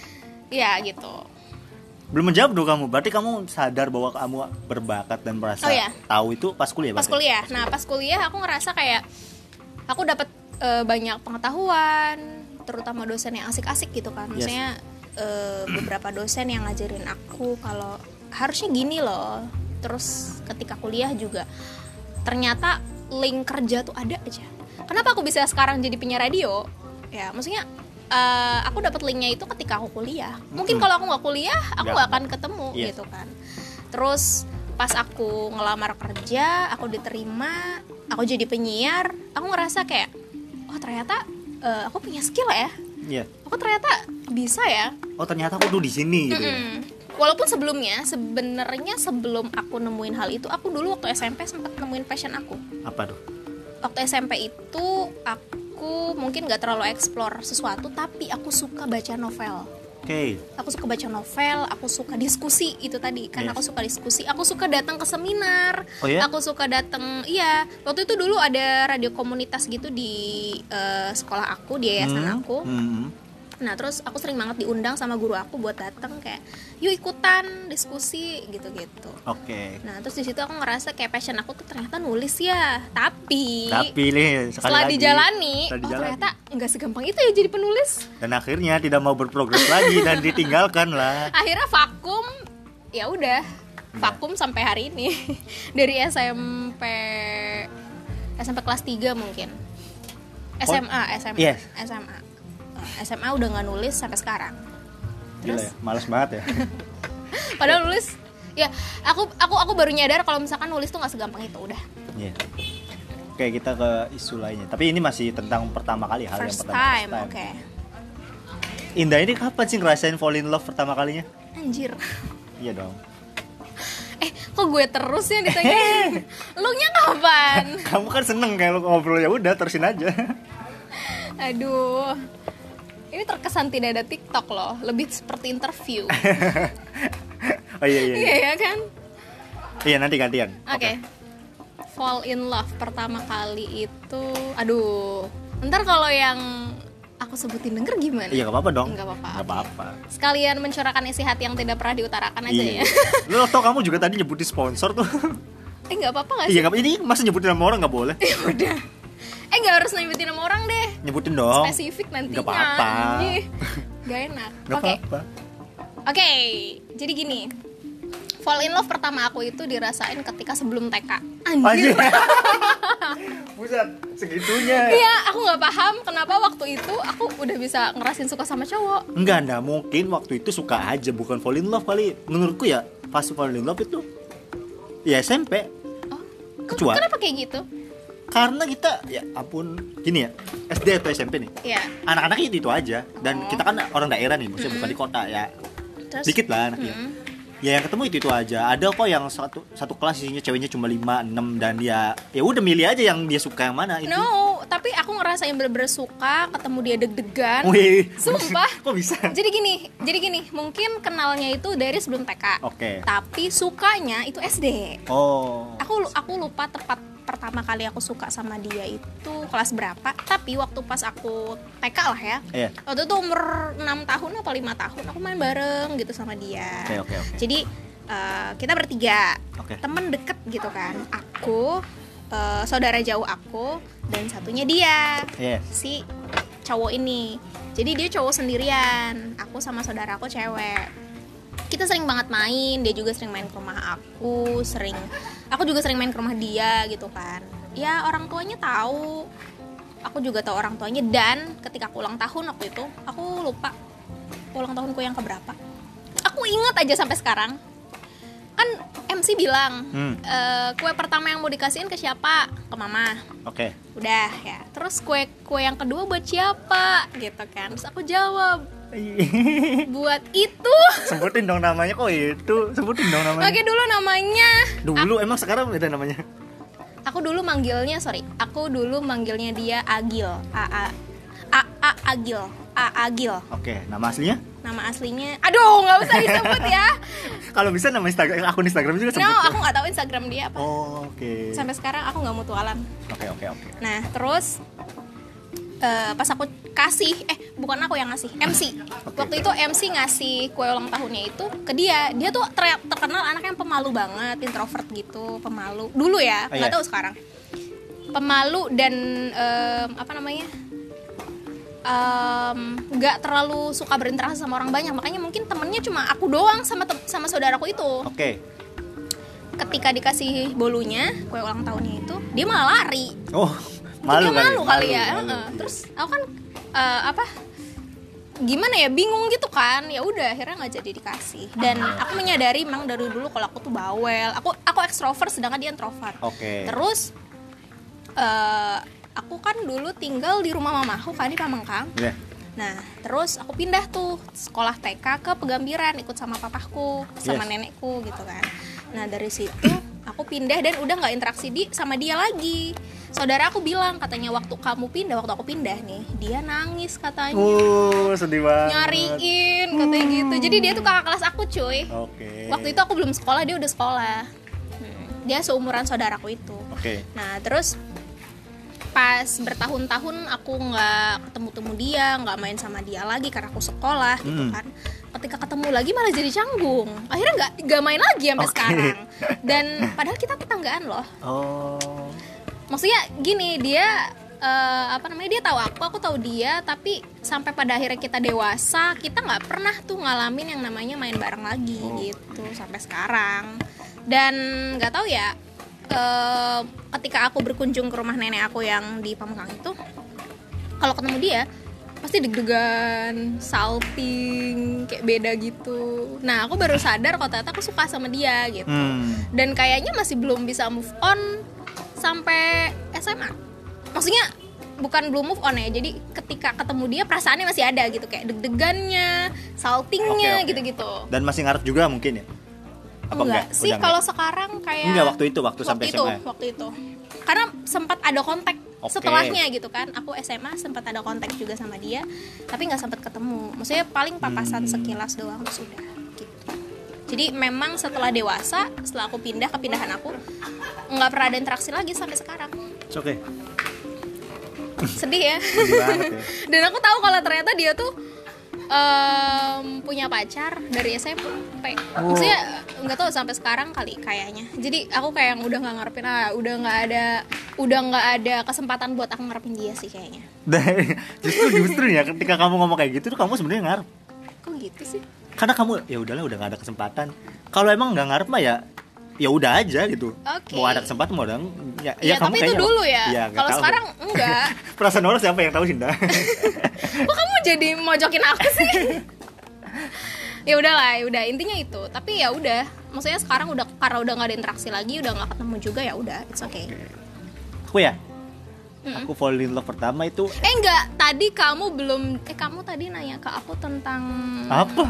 Speaker 1: Ya gitu.
Speaker 2: Belum menjawab dong kamu. Berarti kamu sadar bahwa kamu berbakat dan merasa
Speaker 1: oh, ya?
Speaker 2: tahu itu pas kuliah.
Speaker 1: Pas kuliah. Nah pas kuliah aku ngerasa kayak aku dapat e, banyak pengetahuan, terutama dosen yang asik-asik gitu kan. Maksudnya yes. e, beberapa dosen yang ngajarin aku kalau harusnya gini loh. Terus ketika kuliah juga ternyata link kerja tuh ada aja. Kenapa aku bisa sekarang jadi penyiar radio? Ya, maksudnya uh, aku dapat linknya itu ketika aku kuliah. Mungkin hmm. kalau aku nggak kuliah, aku nggak akan ketemu yes. gitu kan. Terus pas aku ngelamar kerja, aku diterima, aku jadi penyiar, aku ngerasa kayak, oh ternyata uh, aku punya skill ya.
Speaker 2: Yeah.
Speaker 1: Aku ternyata bisa ya.
Speaker 2: Oh ternyata aku tuh di sini gitu.
Speaker 1: Mm-mm. Ya. Walaupun sebelumnya, sebenarnya sebelum aku nemuin hal itu, aku dulu waktu S M P sempat nemuin passion aku.
Speaker 2: Apa tuh?
Speaker 1: Waktu S M P itu aku mungkin gak terlalu explore sesuatu, tapi aku suka baca novel.
Speaker 2: Oke. Okay.
Speaker 1: Aku suka baca novel, aku suka diskusi itu tadi, kan yes. aku suka diskusi, aku suka datang ke seminar,
Speaker 2: oh, ya?
Speaker 1: aku suka datang, iya. Waktu itu dulu ada radio komunitas gitu di uh, sekolah aku, di yayasan hmm. aku. Hmm. Nah terus aku sering banget diundang sama guru aku buat datang kayak yuk ikutan diskusi gitu-gitu.
Speaker 2: Oke. Okay.
Speaker 1: Nah terus di situ aku ngerasa kayak passion aku tuh ternyata nulis ya. Tapi
Speaker 2: Tapi nih
Speaker 1: setelah
Speaker 2: lagi,
Speaker 1: dijalani,
Speaker 2: setelah
Speaker 1: oh
Speaker 2: dijalani.
Speaker 1: ternyata nggak segampang itu ya jadi penulis.
Speaker 2: Dan akhirnya tidak mau berprogres lagi dan ditinggalkan lah.
Speaker 1: Akhirnya vakum, ya udah vakum sampai hari ini. Dari S M P S M P kelas tiga mungkin. S M A, S M A,
Speaker 2: yes.
Speaker 1: S M A. S M A udah nggak nulis sampai sekarang.
Speaker 2: Gila
Speaker 1: Terus
Speaker 2: ya, males banget ya.
Speaker 1: Padahal nulis, ya aku aku aku baru nyadar kalau misalkan nulis tuh nggak segampang itu udah.
Speaker 2: Iya. Yeah. Oke kita ke isu lainnya. Tapi ini masih tentang pertama kali hal
Speaker 1: first
Speaker 2: yang pertama.
Speaker 1: Time, first time, oke. Okay.
Speaker 2: Indah ini kapan sih ngerasain fall in love pertama kalinya?
Speaker 1: Anjir.
Speaker 2: Iya dong.
Speaker 1: Eh, kok gue terus ya ditanya? Lu nya kapan?
Speaker 2: Kamu kan seneng kalau ngobrol, ya udah terusin aja.
Speaker 1: Aduh. Ini terkesan tidak ada TikTok loh, lebih seperti interview.
Speaker 2: Oh iya iya.
Speaker 1: Iya ya kan?
Speaker 2: Iya nanti gantian.
Speaker 1: Oke. Okay. Okay. Fall in love pertama kali itu, aduh, Ntar kalau yang aku sebutin denger gimana?
Speaker 2: Iya nggak apa-apa dong.
Speaker 1: Nggak apa-apa.
Speaker 2: Nggak apa-apa.
Speaker 1: Sekalian mencurahkan isi hati yang tidak pernah diutarakan aja
Speaker 2: Iya.
Speaker 1: ya.
Speaker 2: Lo tau kamu juga tadi nyebutin sponsor tuh.
Speaker 1: Eh nggak apa-apa nggak sih?
Speaker 2: Iya nggak. Ini masa nyebutin nama orang nggak boleh?
Speaker 1: Ya udah. Eh nggak harus nyebutin nama orang deh.
Speaker 2: Nyebutin dong.
Speaker 1: Spesifik nantinya.
Speaker 2: Nggak apa-apa.
Speaker 1: Anjir. Gak enak.
Speaker 2: Nggak
Speaker 1: Oke.
Speaker 2: apa-apa.
Speaker 1: Oke. Jadi gini. Fall in love pertama aku itu dirasain ketika sebelum T K. Anjir.
Speaker 2: Buset, segitunya.
Speaker 1: Iya, aku nggak paham kenapa waktu itu aku udah bisa ngerasain suka sama cowok.
Speaker 2: Enggak, enggak mungkin waktu itu suka aja, bukan fall in love kali. Menurutku ya, pas fall in love itu ya S M P.
Speaker 1: Oh,
Speaker 2: Kecuali
Speaker 1: kenapa kayak gitu?
Speaker 2: karena kita ya ampun gini ya, S D atau S M P nih.
Speaker 1: Iya.
Speaker 2: Anak-anaknya itu, itu aja dan
Speaker 1: Oh.
Speaker 2: kita kan orang daerah nih, maksudnya bukan di kota ya.
Speaker 1: Terus,
Speaker 2: Dikit lah anaknya.
Speaker 1: Mm.
Speaker 2: Ya yang ketemu itu itu aja. Ada kok yang satu satu kelas isinya ceweknya cuma lima enam dan dia ya udah milih aja yang dia suka yang mana itu.
Speaker 1: No, tapi aku ngerasain bener-bener suka, ketemu dia deg-degan.
Speaker 2: Wih.
Speaker 1: Sumpah.
Speaker 2: Kok bisa?
Speaker 1: Jadi gini, jadi gini, mungkin kenalnya itu dari sebelum T K.
Speaker 2: Oke.
Speaker 1: Tapi sukanya itu S D.
Speaker 2: Oh.
Speaker 1: Aku aku lupa tepat pertama kali aku suka sama dia itu kelas berapa, tapi waktu pas aku T K lah ya.
Speaker 2: Iya.
Speaker 1: Waktu itu umur enam tahun apa lima tahun aku main bareng gitu sama dia.
Speaker 2: Oke, oke, oke.
Speaker 1: Jadi eh, kita bertiga.
Speaker 2: Oke.
Speaker 1: Temen deket gitu kan. Aku, eh, saudara jauh aku, dan satunya dia.
Speaker 2: Iya.
Speaker 1: Si cowok ini. Jadi dia cowok sendirian. Aku sama saudara aku cewek. Kita sering banget main, dia juga sering main ke rumah aku, sering aku juga sering main ke rumah dia gitu kan. Ya orang tuanya tahu, aku juga tahu orang tuanya, dan ketika aku ulang tahun waktu itu, aku lupa ulang tahunku yang keberapa. Aku ingat aja sampai sekarang. Kan M C bilang,
Speaker 2: Hmm.
Speaker 1: e, kue pertama yang mau dikasihin ke siapa? Ke mama.
Speaker 2: Oke.
Speaker 1: Udah ya. Terus kue kue yang kedua buat siapa? Gitu kan. Terus aku jawab, buat itu.
Speaker 2: Sebutin dong namanya kok itu. Sebutin dong namanya.
Speaker 1: Oke, dulu namanya.
Speaker 2: Dulu emang sekarang beda namanya.
Speaker 1: Aku dulu manggilnya, sorry. Aku dulu manggilnya dia Agil. A A A, A Agil. A Agil.
Speaker 2: Oke, nama aslinya?
Speaker 1: Nama aslinya. Aduh, nggak usah disebut ya.
Speaker 2: Kalau bisa nama Instagram, akun Instagram juga sebut.
Speaker 1: No, aku nggak tahu Instagram dia apa.
Speaker 2: Oh, oke.
Speaker 1: Sampai sekarang aku nggak mutualan.
Speaker 2: Oke, oke, oke.
Speaker 1: Nah, terus eh, pas aku kasih, eh bukan aku yang ngasih, M C.
Speaker 2: Oke.
Speaker 1: Waktu itu M C ngasih kue ulang tahunnya itu ke dia. Dia tuh ter- terkenal anak yang pemalu banget, introvert gitu, pemalu. Dulu ya,
Speaker 2: Oh,
Speaker 1: nggak
Speaker 2: iya.
Speaker 1: tahu sekarang. Pemalu dan em, apa namanya? em, nggak terlalu suka berinteraksi sama orang banyak. Makanya mungkin temennya cuma aku doang sama tem- sama saudaraku itu.
Speaker 2: Oke.
Speaker 1: Ketika dikasih bolunya, kue ulang tahunnya itu, dia malah lari.
Speaker 2: Oh, malu
Speaker 1: Dia
Speaker 2: kali.
Speaker 1: malu kali ya.
Speaker 2: malu.
Speaker 1: Heeh. Terus aku kan eh, apa? Gimana ya, bingung gitu kan. Ya udah akhirnya nggak jadi dikasih. Dan aku menyadari memang dari dulu kalau aku tuh bawel. Aku aku ekstrovert sedangkan dia introvert.
Speaker 2: Oke.
Speaker 1: Terus eh, aku kan dulu tinggal di rumah mamaku kan di Pamengkang.
Speaker 2: Iya.
Speaker 1: Nah, terus aku pindah tuh sekolah T K ke Pegambiran, ikut sama papaku, sama
Speaker 2: Yes.
Speaker 1: nenekku gitu kan. Nah, dari situ aku pindah dan udah nggak interaksi di sama dia lagi. Saudara aku bilang katanya waktu kamu pindah, waktu aku pindah nih, dia nangis katanya.
Speaker 2: Uh, sedih banget.
Speaker 1: Nyariin katanya gitu. Jadi dia tuh kakak kelas aku, cuy.
Speaker 2: Oke.
Speaker 1: Waktu itu aku belum sekolah, dia udah sekolah. Hmm, Dia seumuran saudaraku itu.
Speaker 2: Oke.
Speaker 1: Nah, terus pas bertahun-tahun aku nggak ketemu-temu dia, nggak main sama dia lagi karena aku sekolah gitu
Speaker 2: Hmm.
Speaker 1: kan. Ketika ketemu lagi malah jadi canggung. Akhirnya nggak nggak main lagi sampai
Speaker 2: Oke.
Speaker 1: sekarang. Dan padahal kita tetanggaan loh.
Speaker 2: Oh.
Speaker 1: Maksudnya gini, dia eh, apa namanya, dia tahu aku, aku tahu dia, tapi sampai pada akhirnya kita dewasa, kita nggak pernah tuh ngalamin yang namanya main bareng lagi
Speaker 2: Oh.
Speaker 1: gitu sampai sekarang. Dan nggak tahu ya, eh, ketika aku berkunjung ke rumah nenek aku yang di Pamengkang itu, kalau ketemu dia pasti deg-degan, salting, kayak beda gitu. Nah, aku baru sadar kalau ternyata aku suka sama dia gitu.
Speaker 2: Hmm.
Speaker 1: Dan kayaknya masih belum bisa move on sampai S M A. Maksudnya bukan belum move on ya. Jadi ketika ketemu dia perasaannya masih ada gitu, kayak deg-degannya, saltingnya
Speaker 2: Oke, oke.
Speaker 1: gitu-gitu.
Speaker 2: Dan masih ngarep juga mungkin ya? Apa
Speaker 1: enggak,
Speaker 2: enggak?
Speaker 1: sih
Speaker 2: Udah
Speaker 1: kalau
Speaker 2: enggak?
Speaker 1: sekarang kayak
Speaker 2: Enggak, waktu itu, waktu sampai
Speaker 1: itu,
Speaker 2: S M A.
Speaker 1: waktu itu. Karena sempat ada kontak
Speaker 2: Oke.
Speaker 1: setelahnya gitu kan. Aku S M A sempat ada kontak juga sama dia, tapi nggak sempat ketemu. Maksudnya paling papasan
Speaker 2: Hmm.
Speaker 1: sekilas doang sudah gitu. Jadi memang setelah dewasa, setelah aku pindah ke pindahan aku, nggak pernah ada interaksi lagi sampai sekarang.
Speaker 2: It's okay.
Speaker 1: Sedih ya.
Speaker 2: Sedih banget ya.
Speaker 1: Dan aku tahu kalau ternyata dia tuh um, punya pacar dari S M P.
Speaker 2: Oh.
Speaker 1: Maksudnya nggak tahu sampai sekarang kali kayaknya. Jadi aku kayak yang udah nggak ngarepin, ah, udah nggak ada, udah nggak ada kesempatan buat aku ngarepin dia sih kayaknya.
Speaker 2: justru justru ya ketika kamu ngomong kayak gitu tuh kamu sebenarnya ngarep.
Speaker 1: Kok gitu sih?
Speaker 2: Karena kamu ya udahlah udah nggak ada kesempatan. Kalau emang nggak ngarep mah ya ya udah aja gitu.
Speaker 1: Okay.
Speaker 2: Mau ada kesempatan mau ada ya,
Speaker 1: ya, ya kamu tapi itu dulu ya.
Speaker 2: ya
Speaker 1: kalau sekarang enggak.
Speaker 2: Perasaan orang siapa yang tahu Sinda?
Speaker 1: Kok kamu jadi mojokin aku sih? Ya udahlah, ya udah intinya itu. Tapi ya udah, maksudnya sekarang udah karena udah nggak ada interaksi lagi, udah nggak ketemu juga, ya udah, it's okay.
Speaker 2: Aku ya, mm-hmm. aku fall in love pertama itu.
Speaker 1: Eh enggak, tadi kamu belum, eh kamu tadi nanya ke aku tentang
Speaker 2: apa?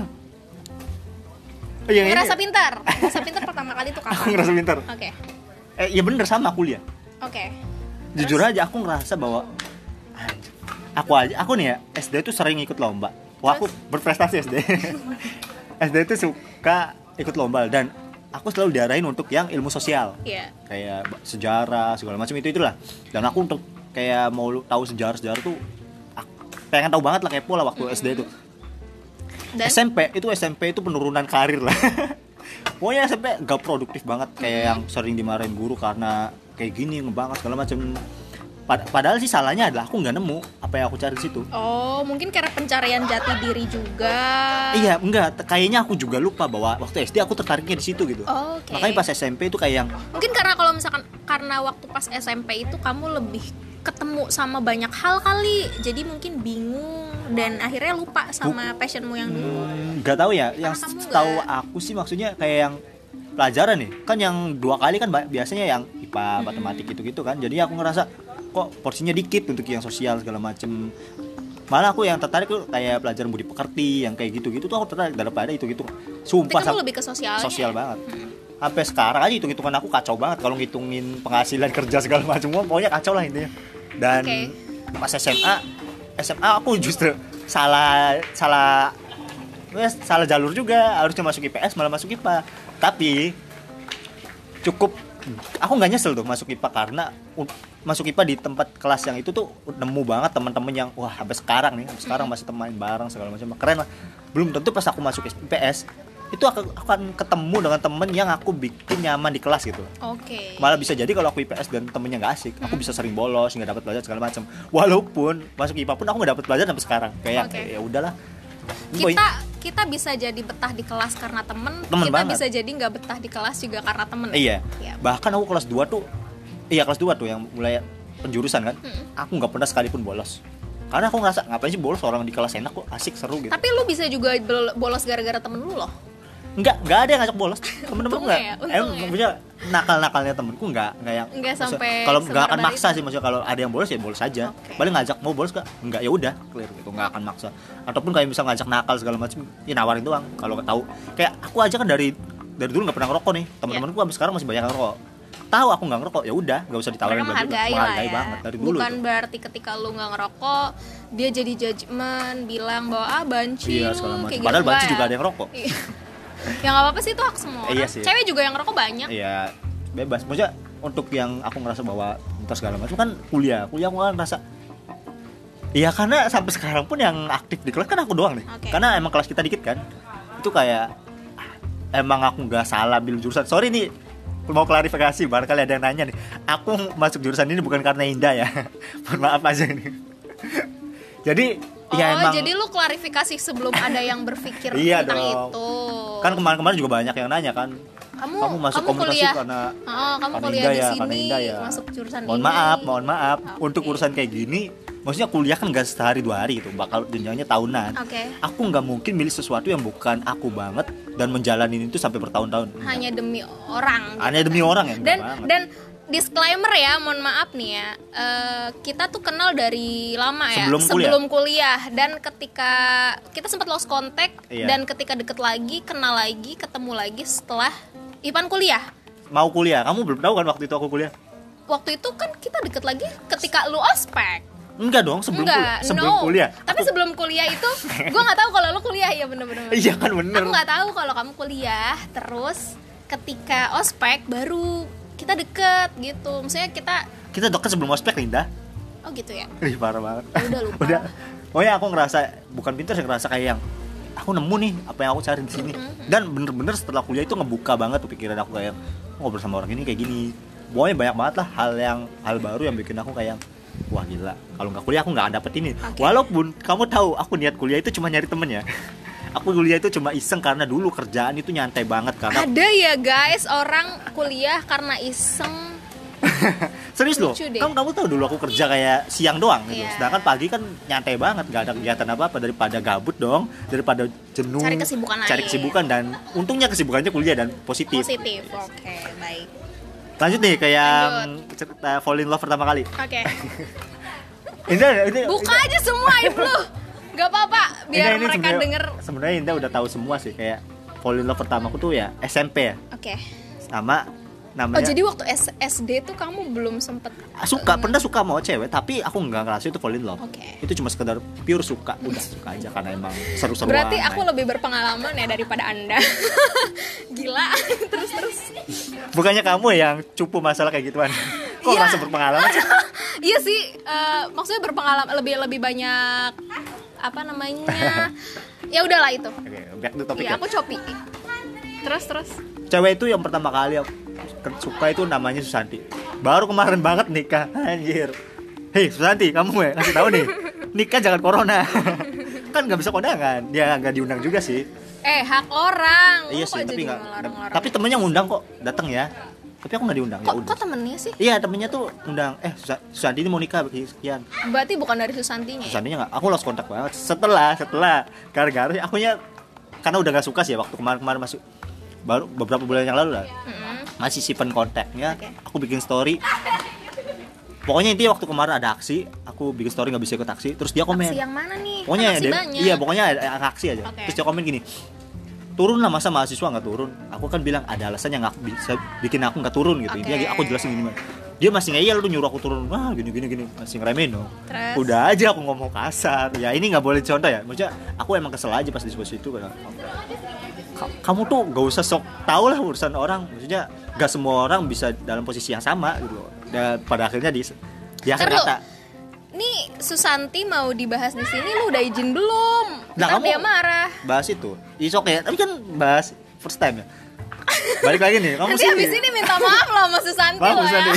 Speaker 2: Oh, yang
Speaker 1: ngerasa
Speaker 2: ini.
Speaker 1: pintar, ngerasa pintar pertama kali itu kapan?
Speaker 2: Aku ngerasa pintar.
Speaker 1: Oke. Okay.
Speaker 2: Eh ya bener sama kuliah.
Speaker 1: Oke. Okay.
Speaker 2: Jujur aja aku ngerasa bahwa aku aja, aku nih ya S D itu sering ikut lomba. Wah aku berprestasi S D. S D itu suka ikut lomba dan aku selalu diarahin untuk yang ilmu sosial.
Speaker 1: Iya. Yeah.
Speaker 2: Kayak sejarah segala macam itu itulah. Dan aku untuk kayak mau tahu sejarah-sejarah tuh pengen tahu banget lah, kepo lah waktu mm-hmm. S D itu. Dan? S M P itu S M P itu penurunan karir lah. Pokoknya S M P gak produktif banget, kayak mm-hmm. yang sering dimarahin guru karena kayak gini ngebangga segala macam. Pad- padahal sih salahnya adalah aku nggak nemu apa yang aku cari di situ.
Speaker 1: Oh, mungkin karena pencarian jati diri juga.
Speaker 2: Iya, enggak. Kayaknya aku juga lupa bahwa waktu S D aku tertariknya di situ gitu.
Speaker 1: Oh, okay.
Speaker 2: Makanya pas S M P itu kayak yang
Speaker 1: mungkin karena kalau misalkan karena waktu pas S M P itu kamu lebih ketemu sama banyak hal kali, jadi mungkin bingung dan akhirnya lupa sama Buk, passionmu yang dulu.
Speaker 2: Nggak tahu ya, yang tahu aku sih maksudnya kayak yang pelajaran nih, kan yang dua kali kan biasanya yang I P A, mm-hmm. matematik gitu-gitu kan. Jadi aku ngerasa kok porsinya dikit untuk yang sosial segala macem. Malah aku yang tertarik tuh kayak pelajaran budi pekerti yang kayak gitu-gitu tuh aku tertarik daripada itu gitu. Sumpah.
Speaker 1: Tapi kamu lebih ke sosialnya.
Speaker 2: Sosial banget. Hmm. Sampai sekarang aja hitung-hitungan aku kacau banget kalau ngitungin penghasilan kerja segala macam. Pokoknya kacau lah intinya. Dan okay. pas S M A, S M A aku justru salah salah salah jalur juga, harusnya masuk I P S malah masuk I P A. Tapi cukup aku nggak nyesel tuh masuk I P A karena masuk I P A di tempat kelas yang itu tuh nemu banget teman-teman yang wah sampai sekarang nih, sampai sekarang masih main bareng segala macam, keren lah. Belum tentu pas aku masuk I P S itu aku akan ketemu dengan temen yang aku bikin nyaman di kelas gitu.
Speaker 1: Oke. Okay.
Speaker 2: Malah bisa jadi kalau aku I P S dan temennya nggak asik, aku bisa sering bolos, nggak dapat pelajaran segala macam. Walaupun masuk I P A pun aku nggak dapat pelajaran sampai sekarang. Kayak okay. ya udahlah.
Speaker 1: Kita kita bisa jadi betah di kelas karena temen,
Speaker 2: temen
Speaker 1: kita
Speaker 2: banget.
Speaker 1: Bisa jadi nggak betah di kelas juga karena temen.
Speaker 2: Iya. Ya. Bahkan aku kelas dua tuh, iya kelas dua tuh yang mulai penjurusan kan, hmm. aku nggak pernah sekalipun bolos. Karena aku ngerasa ngapain sih bolos, orang di kelas enak kok, asik seru gitu.
Speaker 1: Tapi lu bisa juga bolos gara-gara temen lu loh.
Speaker 2: Enggak, enggak ada yang ngajak bolos. Temen-temen enggak.
Speaker 1: Ya,
Speaker 2: Emang
Speaker 1: ya.
Speaker 2: maksudnya nakal-nakalnya temenku enggak, enggak yang
Speaker 1: enggak sampai
Speaker 2: kalau enggak akan maksa itu. Sih maksudnya kalau ada yang bolos ya bolos aja. Okay. Paling ngajak mau bolos enggak? Enggak, ya udah, clear gitu, enggak akan maksa. Ataupun kayak bisa ngajak nakal segala macam, ya nawarin doang kalau tahu. Kayak aku aja kan dari dari dulu enggak pernah ngerokok nih. Teman-temanku yeah. sampai sekarang masih banyak yang ngerokok. Tahu aku enggak ngerokok, ya udah, enggak usah ditawarin
Speaker 1: lagi. Menghargai,
Speaker 2: menghargai
Speaker 1: ya.
Speaker 2: banget dari dulu.
Speaker 1: Bukan
Speaker 2: itu.
Speaker 1: Berarti ketika lu enggak ngerokok, dia jadi judgement, bilang bahwa ah banci
Speaker 2: iya,
Speaker 1: lu kayak gitu.
Speaker 2: Padahal banci
Speaker 1: ya.
Speaker 2: juga ada yang ngerokok.
Speaker 1: Ya nggak apa-apa sih, itu hak semua orang.
Speaker 2: Iya sih.
Speaker 1: Cewek juga yang ngerokok banyak.
Speaker 2: Iya, bebas. Maksudnya untuk yang aku ngerasa bahwa entar segala macam kan kuliah, kuliah aku kan ngerasa. Iya karena sampai sekarang pun yang aktif di kelas kan aku doang nih. Okay. Karena emang kelas kita dikit kan. Itu kayak emang aku nggak salah ambil jurusan. Sorry nih, mau klarifikasi, barangkali ada yang nanya nih. Aku masuk jurusan ini bukan karena Indah ya. Mohon maaf aja nih. Jadi
Speaker 1: oh, ya emang, jadi lu klarifikasi sebelum ada yang berpikir
Speaker 2: iya
Speaker 1: tentang
Speaker 2: dong.
Speaker 1: Itu.
Speaker 2: Kan kemarin-kemarin juga banyak yang nanya kan.
Speaker 1: Kamu,
Speaker 2: kamu masuk
Speaker 1: kamu
Speaker 2: komunikasi
Speaker 1: kuliah,
Speaker 2: karena
Speaker 1: oh, kamu
Speaker 2: karena
Speaker 1: kuliah
Speaker 2: Indah
Speaker 1: di
Speaker 2: ya,
Speaker 1: sini,
Speaker 2: karena Indah ya.
Speaker 1: Masuk jurusan
Speaker 2: mohon
Speaker 1: ini.
Speaker 2: maaf, mohon maaf.
Speaker 1: Okay.
Speaker 2: Untuk urusan kayak gini, maksudnya kuliah kan nggak sehari dua hari gitu, bakal jenjangnya tahunan.
Speaker 1: Okay.
Speaker 2: Aku nggak mungkin milih sesuatu yang bukan aku banget dan menjalani itu sampai bertahun-tahun.
Speaker 1: Hanya demi orang.
Speaker 2: Hanya
Speaker 1: gitu
Speaker 2: demi
Speaker 1: kan.
Speaker 2: orang ya.
Speaker 1: Dan dan disclaimer ya, mohon maaf nih ya, uh, kita tuh kenal dari lama ya,
Speaker 2: sebelum kuliah,
Speaker 1: sebelum kuliah. Dan ketika kita sempat lost contact,
Speaker 2: iya.
Speaker 1: dan ketika deket lagi, kenal lagi, ketemu lagi setelah Ipan kuliah.
Speaker 2: Mau kuliah, kamu belum tahu kan waktu itu aku kuliah?
Speaker 1: Waktu itu kan kita deket lagi ketika lu ospek.
Speaker 2: Enggak dong, sebelum
Speaker 1: Enggak,
Speaker 2: kuliah. Sebelum
Speaker 1: no.
Speaker 2: kuliah.
Speaker 1: Tapi aku... sebelum kuliah itu, gue nggak tahu kalau lu kuliah ya bener-bener.
Speaker 2: Iya kan bener.
Speaker 1: Aku nggak tahu kalau kamu kuliah. Terus ketika ospek baru kita deket gitu. Maksudnya kita
Speaker 2: kita deket sebelum ospek, Linda.
Speaker 1: Oh gitu ya.
Speaker 2: Ih, parah banget.
Speaker 1: Ya udah lupa.
Speaker 2: Udah. Oh ya, aku ngerasa bukan pintar sih, ngerasa kayak yang aku nemu nih apa yang aku cari di sini. Mm-hmm. Dan bener-bener setelah kuliah itu ngebuka banget tuh pikiran aku, kayak ngobrol sama orang ini kayak gini. Pokoknya banyak banget lah hal yang hal baru yang bikin aku kayak wah gila, kalau nggak kuliah aku nggak dapet ini. Okay. Walaupun kamu tahu aku niat kuliah itu cuma nyari temen ya. Aku kuliah itu cuma iseng karena dulu kerjaan itu nyantai banget karena
Speaker 1: ada ya guys orang kuliah karena iseng.
Speaker 2: Serius loh, kamu kamu tahu dulu aku kerja kayak siang doang gitu. Yeah. Sedangkan pagi kan nyantai banget, gak ada kegiatan apa-apa, daripada gabut dong, daripada jenuh.
Speaker 1: Cari kesibukan
Speaker 2: Cari
Speaker 1: lain.
Speaker 2: kesibukan dan untungnya kesibukannya kuliah dan positif.
Speaker 1: Positif, oke, okay, baik.
Speaker 2: Lanjut nih ke yang cerita fall in love pertama kali.
Speaker 1: Oke. Okay.
Speaker 2: Indah, ini,
Speaker 1: buka
Speaker 2: Indah.
Speaker 1: aja semua aib lu. Gak apa-apa, biar
Speaker 2: Indah,
Speaker 1: mereka denger.
Speaker 2: Sebenarnya Indah udah tahu semua sih, kayak fall in love pertamaku tuh ya S M P ya.
Speaker 1: Oke. Okay.
Speaker 2: Sama namanya.
Speaker 1: Oh jadi waktu S D tuh kamu belum sempet
Speaker 2: suka, pernah suka mau cewek, tapi aku nggak ngerasa itu fall in love.
Speaker 1: Okay.
Speaker 2: Itu cuma sekedar pure suka, udah suka aja karena emang seru-seruan.
Speaker 1: Berarti aku main. Lebih berpengalaman ya daripada Anda. Gila, terus-terus.
Speaker 2: Bukannya kamu yang cupu masalah kayak gituan? Kok
Speaker 1: yeah.
Speaker 2: merasa berpengalaman sih?
Speaker 1: Iya sih, uh, maksudnya berpengalaman lebih lebih banyak apa namanya? Ya udahlah itu. Oke,
Speaker 2: okay, back to topic.
Speaker 1: Iya, aku copi. Terus terus.
Speaker 2: Cewek itu yang pertama kali aku suka itu namanya Susanti. Baru kemarin banget nikah, anjir. Hei Susanti, kamu ya kasih tahu nih, nikah jangan corona. Kan nggak bisa kondangan, dia nggak diundang juga sih.
Speaker 1: Eh hak orang.
Speaker 2: Iya sih, tapi nggak. Tapi temennya ngundang kok, datang ya. Tapi aku nggak diundang.
Speaker 1: Kok,
Speaker 2: ya
Speaker 1: kok temennya sih?
Speaker 2: Iya temennya tuh undang. Eh Susanti ini mau nikah begini sekian.
Speaker 1: Berarti bukan dari Susantinya.
Speaker 2: Susantinya nggak. Aku lost kontak banget. Setelah setelah gara-gara akunya karena udah nggak suka sih waktu kemarin-kemarin masuk. Baru beberapa bulan yang lalu lah. Mm-hmm. Masih simpen kontaknya. Okay. Aku bikin story. Pokoknya intinya waktu kemarin ada aksi, aku bikin story nggak bisa ikut aksi, terus dia komen.
Speaker 1: Aksi yang mana nih?
Speaker 2: Pokoknya
Speaker 1: kan
Speaker 2: dia, iya pokoknya ada aksi aja. Okay. Terus dia komen gini, turun lah masa mahasiswa nggak turun? Aku kan bilang ada alasannya nggak bisa bikin aku nggak turun gitu. Okay. Intinya aku jelasin gini. Dia masih ngeyel, lu nyuruh aku turun, wah gini gini gini, masih ngeremehin dong. Udah aja aku ngomong kasar. Ya ini nggak boleh contoh ya. Maksudnya aku emang kesel aja pas di situ kan. Kamu tuh gak usah sok tahu lah urusan orang, maksudnya gak semua orang bisa dalam posisi yang sama gitu. Dan pada akhirnya di di akhir kata,
Speaker 1: nih Susanti mau dibahas di sini, lu udah izin belum?
Speaker 2: Nah,
Speaker 1: kamu dia marah.
Speaker 2: Bahas itu, is oke, okay. Tapi kan bahas first time ya. Balik lagi nih, kamu
Speaker 1: nanti habis ini minta maaf loh sama Susanti
Speaker 2: maaf,
Speaker 1: loh ya.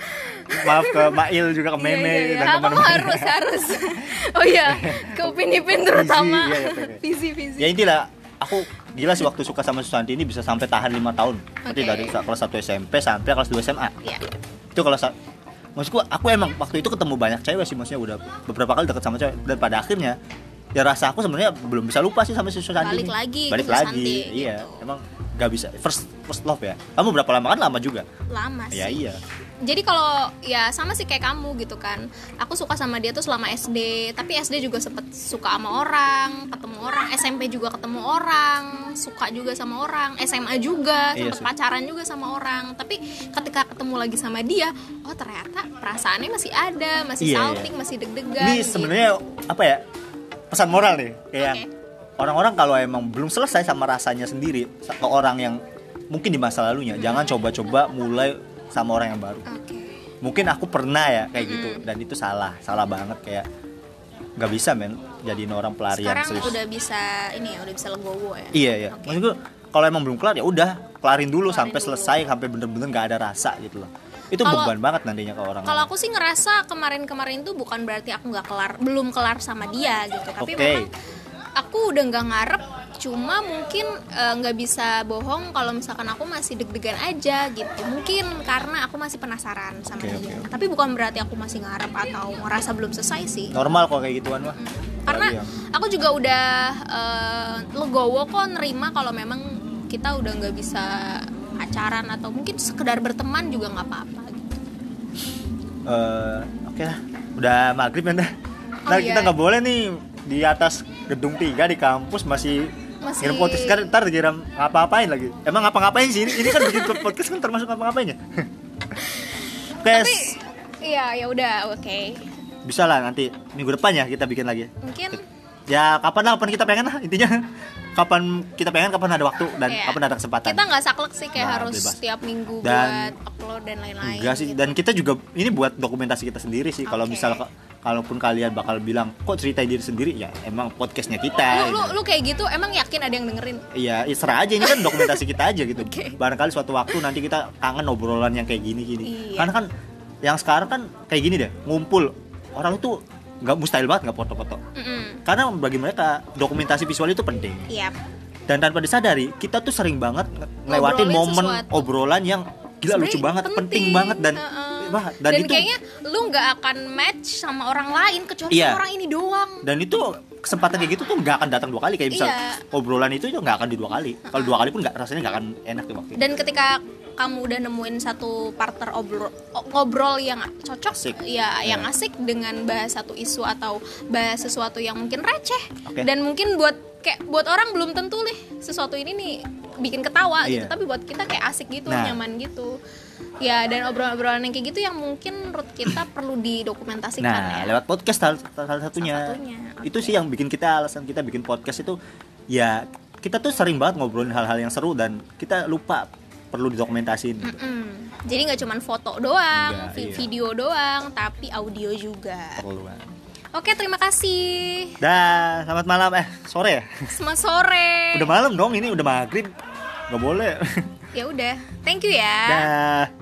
Speaker 2: Maaf ke Mail juga ke Meme
Speaker 1: iya, iya, iya.
Speaker 2: dan
Speaker 1: teman-teman. Harus harus. Oh iya, ke Upin-Ipin terutama.
Speaker 2: Visi, iya, iya, okay.
Speaker 1: visi visi.
Speaker 2: Ya intilah aku gila sih waktu suka sama Susanti ini bisa sampai tahan lima tahun. Berarti okay. Dari kelas satu S M P sampai kelas dua S M A.
Speaker 1: Yeah.
Speaker 2: Itu kalau sa- maksudku aku emang waktu itu ketemu banyak cewek sih, maksudnya udah beberapa kali deket sama cewek dan pada akhirnya ya rasa aku sebenarnya belum bisa lupa sih sama si Susanti.
Speaker 1: Balik
Speaker 2: ini.
Speaker 1: lagi.
Speaker 2: Balik lagi. Gitu. Iya, emang gak bisa first first love ya. Kamu berapa lama? Kan lama juga.
Speaker 1: Lama sih.
Speaker 2: Ya iya.
Speaker 1: Jadi kalau ya sama sih kayak kamu gitu kan. Aku suka sama dia tuh selama S D, tapi S D juga sempet suka sama orang, ketemu orang, S M P juga ketemu orang, suka juga sama orang, S M A juga sempet iya pacaran juga sama orang. Tapi ketika ketemu lagi sama dia, oh ternyata perasaannya masih ada, masih iya, salting, iya. Masih deg-degan.
Speaker 2: Ini sebenarnya gitu. Apa ya? Pesan moral nih, kayak okay. Orang-orang kalau emang belum selesai sama rasanya sendiri ke orang yang mungkin di masa lalunya, hmm. Jangan coba-coba mulai sama orang yang baru.
Speaker 1: Okay.
Speaker 2: Mungkin aku pernah ya kayak hmm. gitu dan itu salah, salah banget kayak nggak bisa men jadiin orang pelarian.
Speaker 1: Sekarang
Speaker 2: serius.
Speaker 1: Udah bisa ini ya, udah bisa legowo ya.
Speaker 2: Iya iya. Okay. Maksudku kalau emang belum kelar ya udah kelarin dulu kelarin sampai dulu. Selesai sampai bener-bener nggak ada rasa gitu loh. Itu kalo, beban banget nantinya ke orang.
Speaker 1: Kalau aku sih ngerasa kemarin-kemarin tuh bukan berarti aku nggak kelar, belum kelar sama dia gitu. Tapi
Speaker 2: okay.
Speaker 1: Memang aku udah nggak ngarep. Cuma mungkin nggak e, bisa bohong kalau misalkan aku masih deg-degan aja gitu. Mungkin karena aku masih penasaran sama okay, dia. Okay. Tapi bukan berarti aku masih ngarep atau ngerasa belum selesai sih.
Speaker 2: Normal kok kayak gituan mah.
Speaker 1: Mm-hmm. Karena yang... aku juga udah e, legowo kok nerima kalau memang kita udah nggak bisa pacaran atau mungkin sekedar berteman juga nggak apa-apa gitu.
Speaker 2: Uh, Oke okay lah, udah maghrib ya. Nah oh, kita nggak iya. Boleh nih di atas gedung tiga di kampus masih masih ngirim podcast kan ntar dikira ngapa-ngapain lagi. Emang ngapa-ngapain sih ini? Ini kan bikin podcast kan termasuk ngapa-ngapainnya.
Speaker 1: Tapi iya ya udah oke. Okay.
Speaker 2: Bisa lah nanti minggu depan ya kita bikin lagi.
Speaker 1: Mungkin
Speaker 2: Ya kapan lah, kapan kita pengen lah intinya. Kapan kita pengen, kapan ada waktu dan
Speaker 1: Iya.
Speaker 2: kapan ada kesempatan.
Speaker 1: Kita nggak saklek sih kayak
Speaker 2: Nah,
Speaker 1: harus
Speaker 2: bebas.
Speaker 1: setiap minggu
Speaker 2: Dan-
Speaker 1: buat upload dan lain-lain.
Speaker 2: Enggak sih,
Speaker 1: gitu.
Speaker 2: dan kita juga ini buat dokumentasi kita sendiri sih. Kalau
Speaker 1: Oke.
Speaker 2: misal kalaupun kalian bakal bilang kok ceritain diri sendiri, ya emang podcastnya kita.
Speaker 1: lu, lu lu kayak gitu emang yakin ada yang dengerin?
Speaker 2: Iya, ya serah aja, ini kan dokumentasi kita aja gitu.
Speaker 1: Oke.
Speaker 2: Barangkali suatu waktu nanti kita kangen obrolan yang kayak gini-gini.
Speaker 1: Iya.
Speaker 2: Karena kan yang sekarang kan kayak gini deh, ngumpul orang itu nggak mustahil banget nggak foto-foto.
Speaker 1: Mm-mm.
Speaker 2: Karena bagi mereka dokumentasi visual itu penting.
Speaker 1: Yap.
Speaker 2: Dan tanpa disadari, kita tuh sering banget nge- ngelewatin
Speaker 1: Ngobrolin
Speaker 2: momen
Speaker 1: sesuatu.
Speaker 2: obrolan yang gila
Speaker 1: Sebenarnya
Speaker 2: lucu banget, penting, banget dan
Speaker 1: Uh-uh.
Speaker 2: wah,
Speaker 1: dan,
Speaker 2: dan, itu
Speaker 1: kayaknya lu nggak akan match sama orang lain kecuali
Speaker 2: Iya.
Speaker 1: sama orang ini doang.
Speaker 2: dan itu kesempatan kayak gitu tuh nggak akan datang dua kali, kayak misal
Speaker 1: Iya.
Speaker 2: obrolan itu nggak akan di dua kali. Kalau dua kali pun nggak, rasanya nggak akan enak di waktu itu.
Speaker 1: Dan ketika kamu udah nemuin satu partner obrol, o- ngobrol yang cocok,
Speaker 2: Asik.
Speaker 1: ya yang
Speaker 2: Ya.
Speaker 1: asik dengan bahas satu isu atau bahas sesuatu yang mungkin receh,
Speaker 2: Oke.
Speaker 1: dan mungkin buat kayak buat orang belum tentu nih sesuatu ini nih bikin ketawa gitu,
Speaker 2: Iya.
Speaker 1: tapi buat kita kayak asik gitu,
Speaker 2: Nah.
Speaker 1: nyaman gitu. Ya, dan obrolan-obrolan yang kayak gitu yang mungkin menurut kita perlu didokumentasikan
Speaker 2: Nah,
Speaker 1: ya.
Speaker 2: lewat podcast salah, salah satunya.
Speaker 1: Salah satunya,
Speaker 2: Itu sih yang bikin kita, alasan kita bikin podcast itu ya kita tuh sering banget ngobrolin hal-hal yang seru dan kita lupa perlu didokumentasin.
Speaker 1: Mm-mm. Jadi nggak cuma foto doang,
Speaker 2: Enggak,
Speaker 1: vi-
Speaker 2: iya.
Speaker 1: video doang, tapi audio juga.
Speaker 2: Perlu banget.
Speaker 1: Oke, terima kasih.
Speaker 2: Dah, selamat malam. Eh, sore ya?
Speaker 1: Selamat sore.
Speaker 2: Udah malam dong, ini udah maghrib. Nggak boleh.
Speaker 1: Ya udah, thank you ya.
Speaker 2: Dah.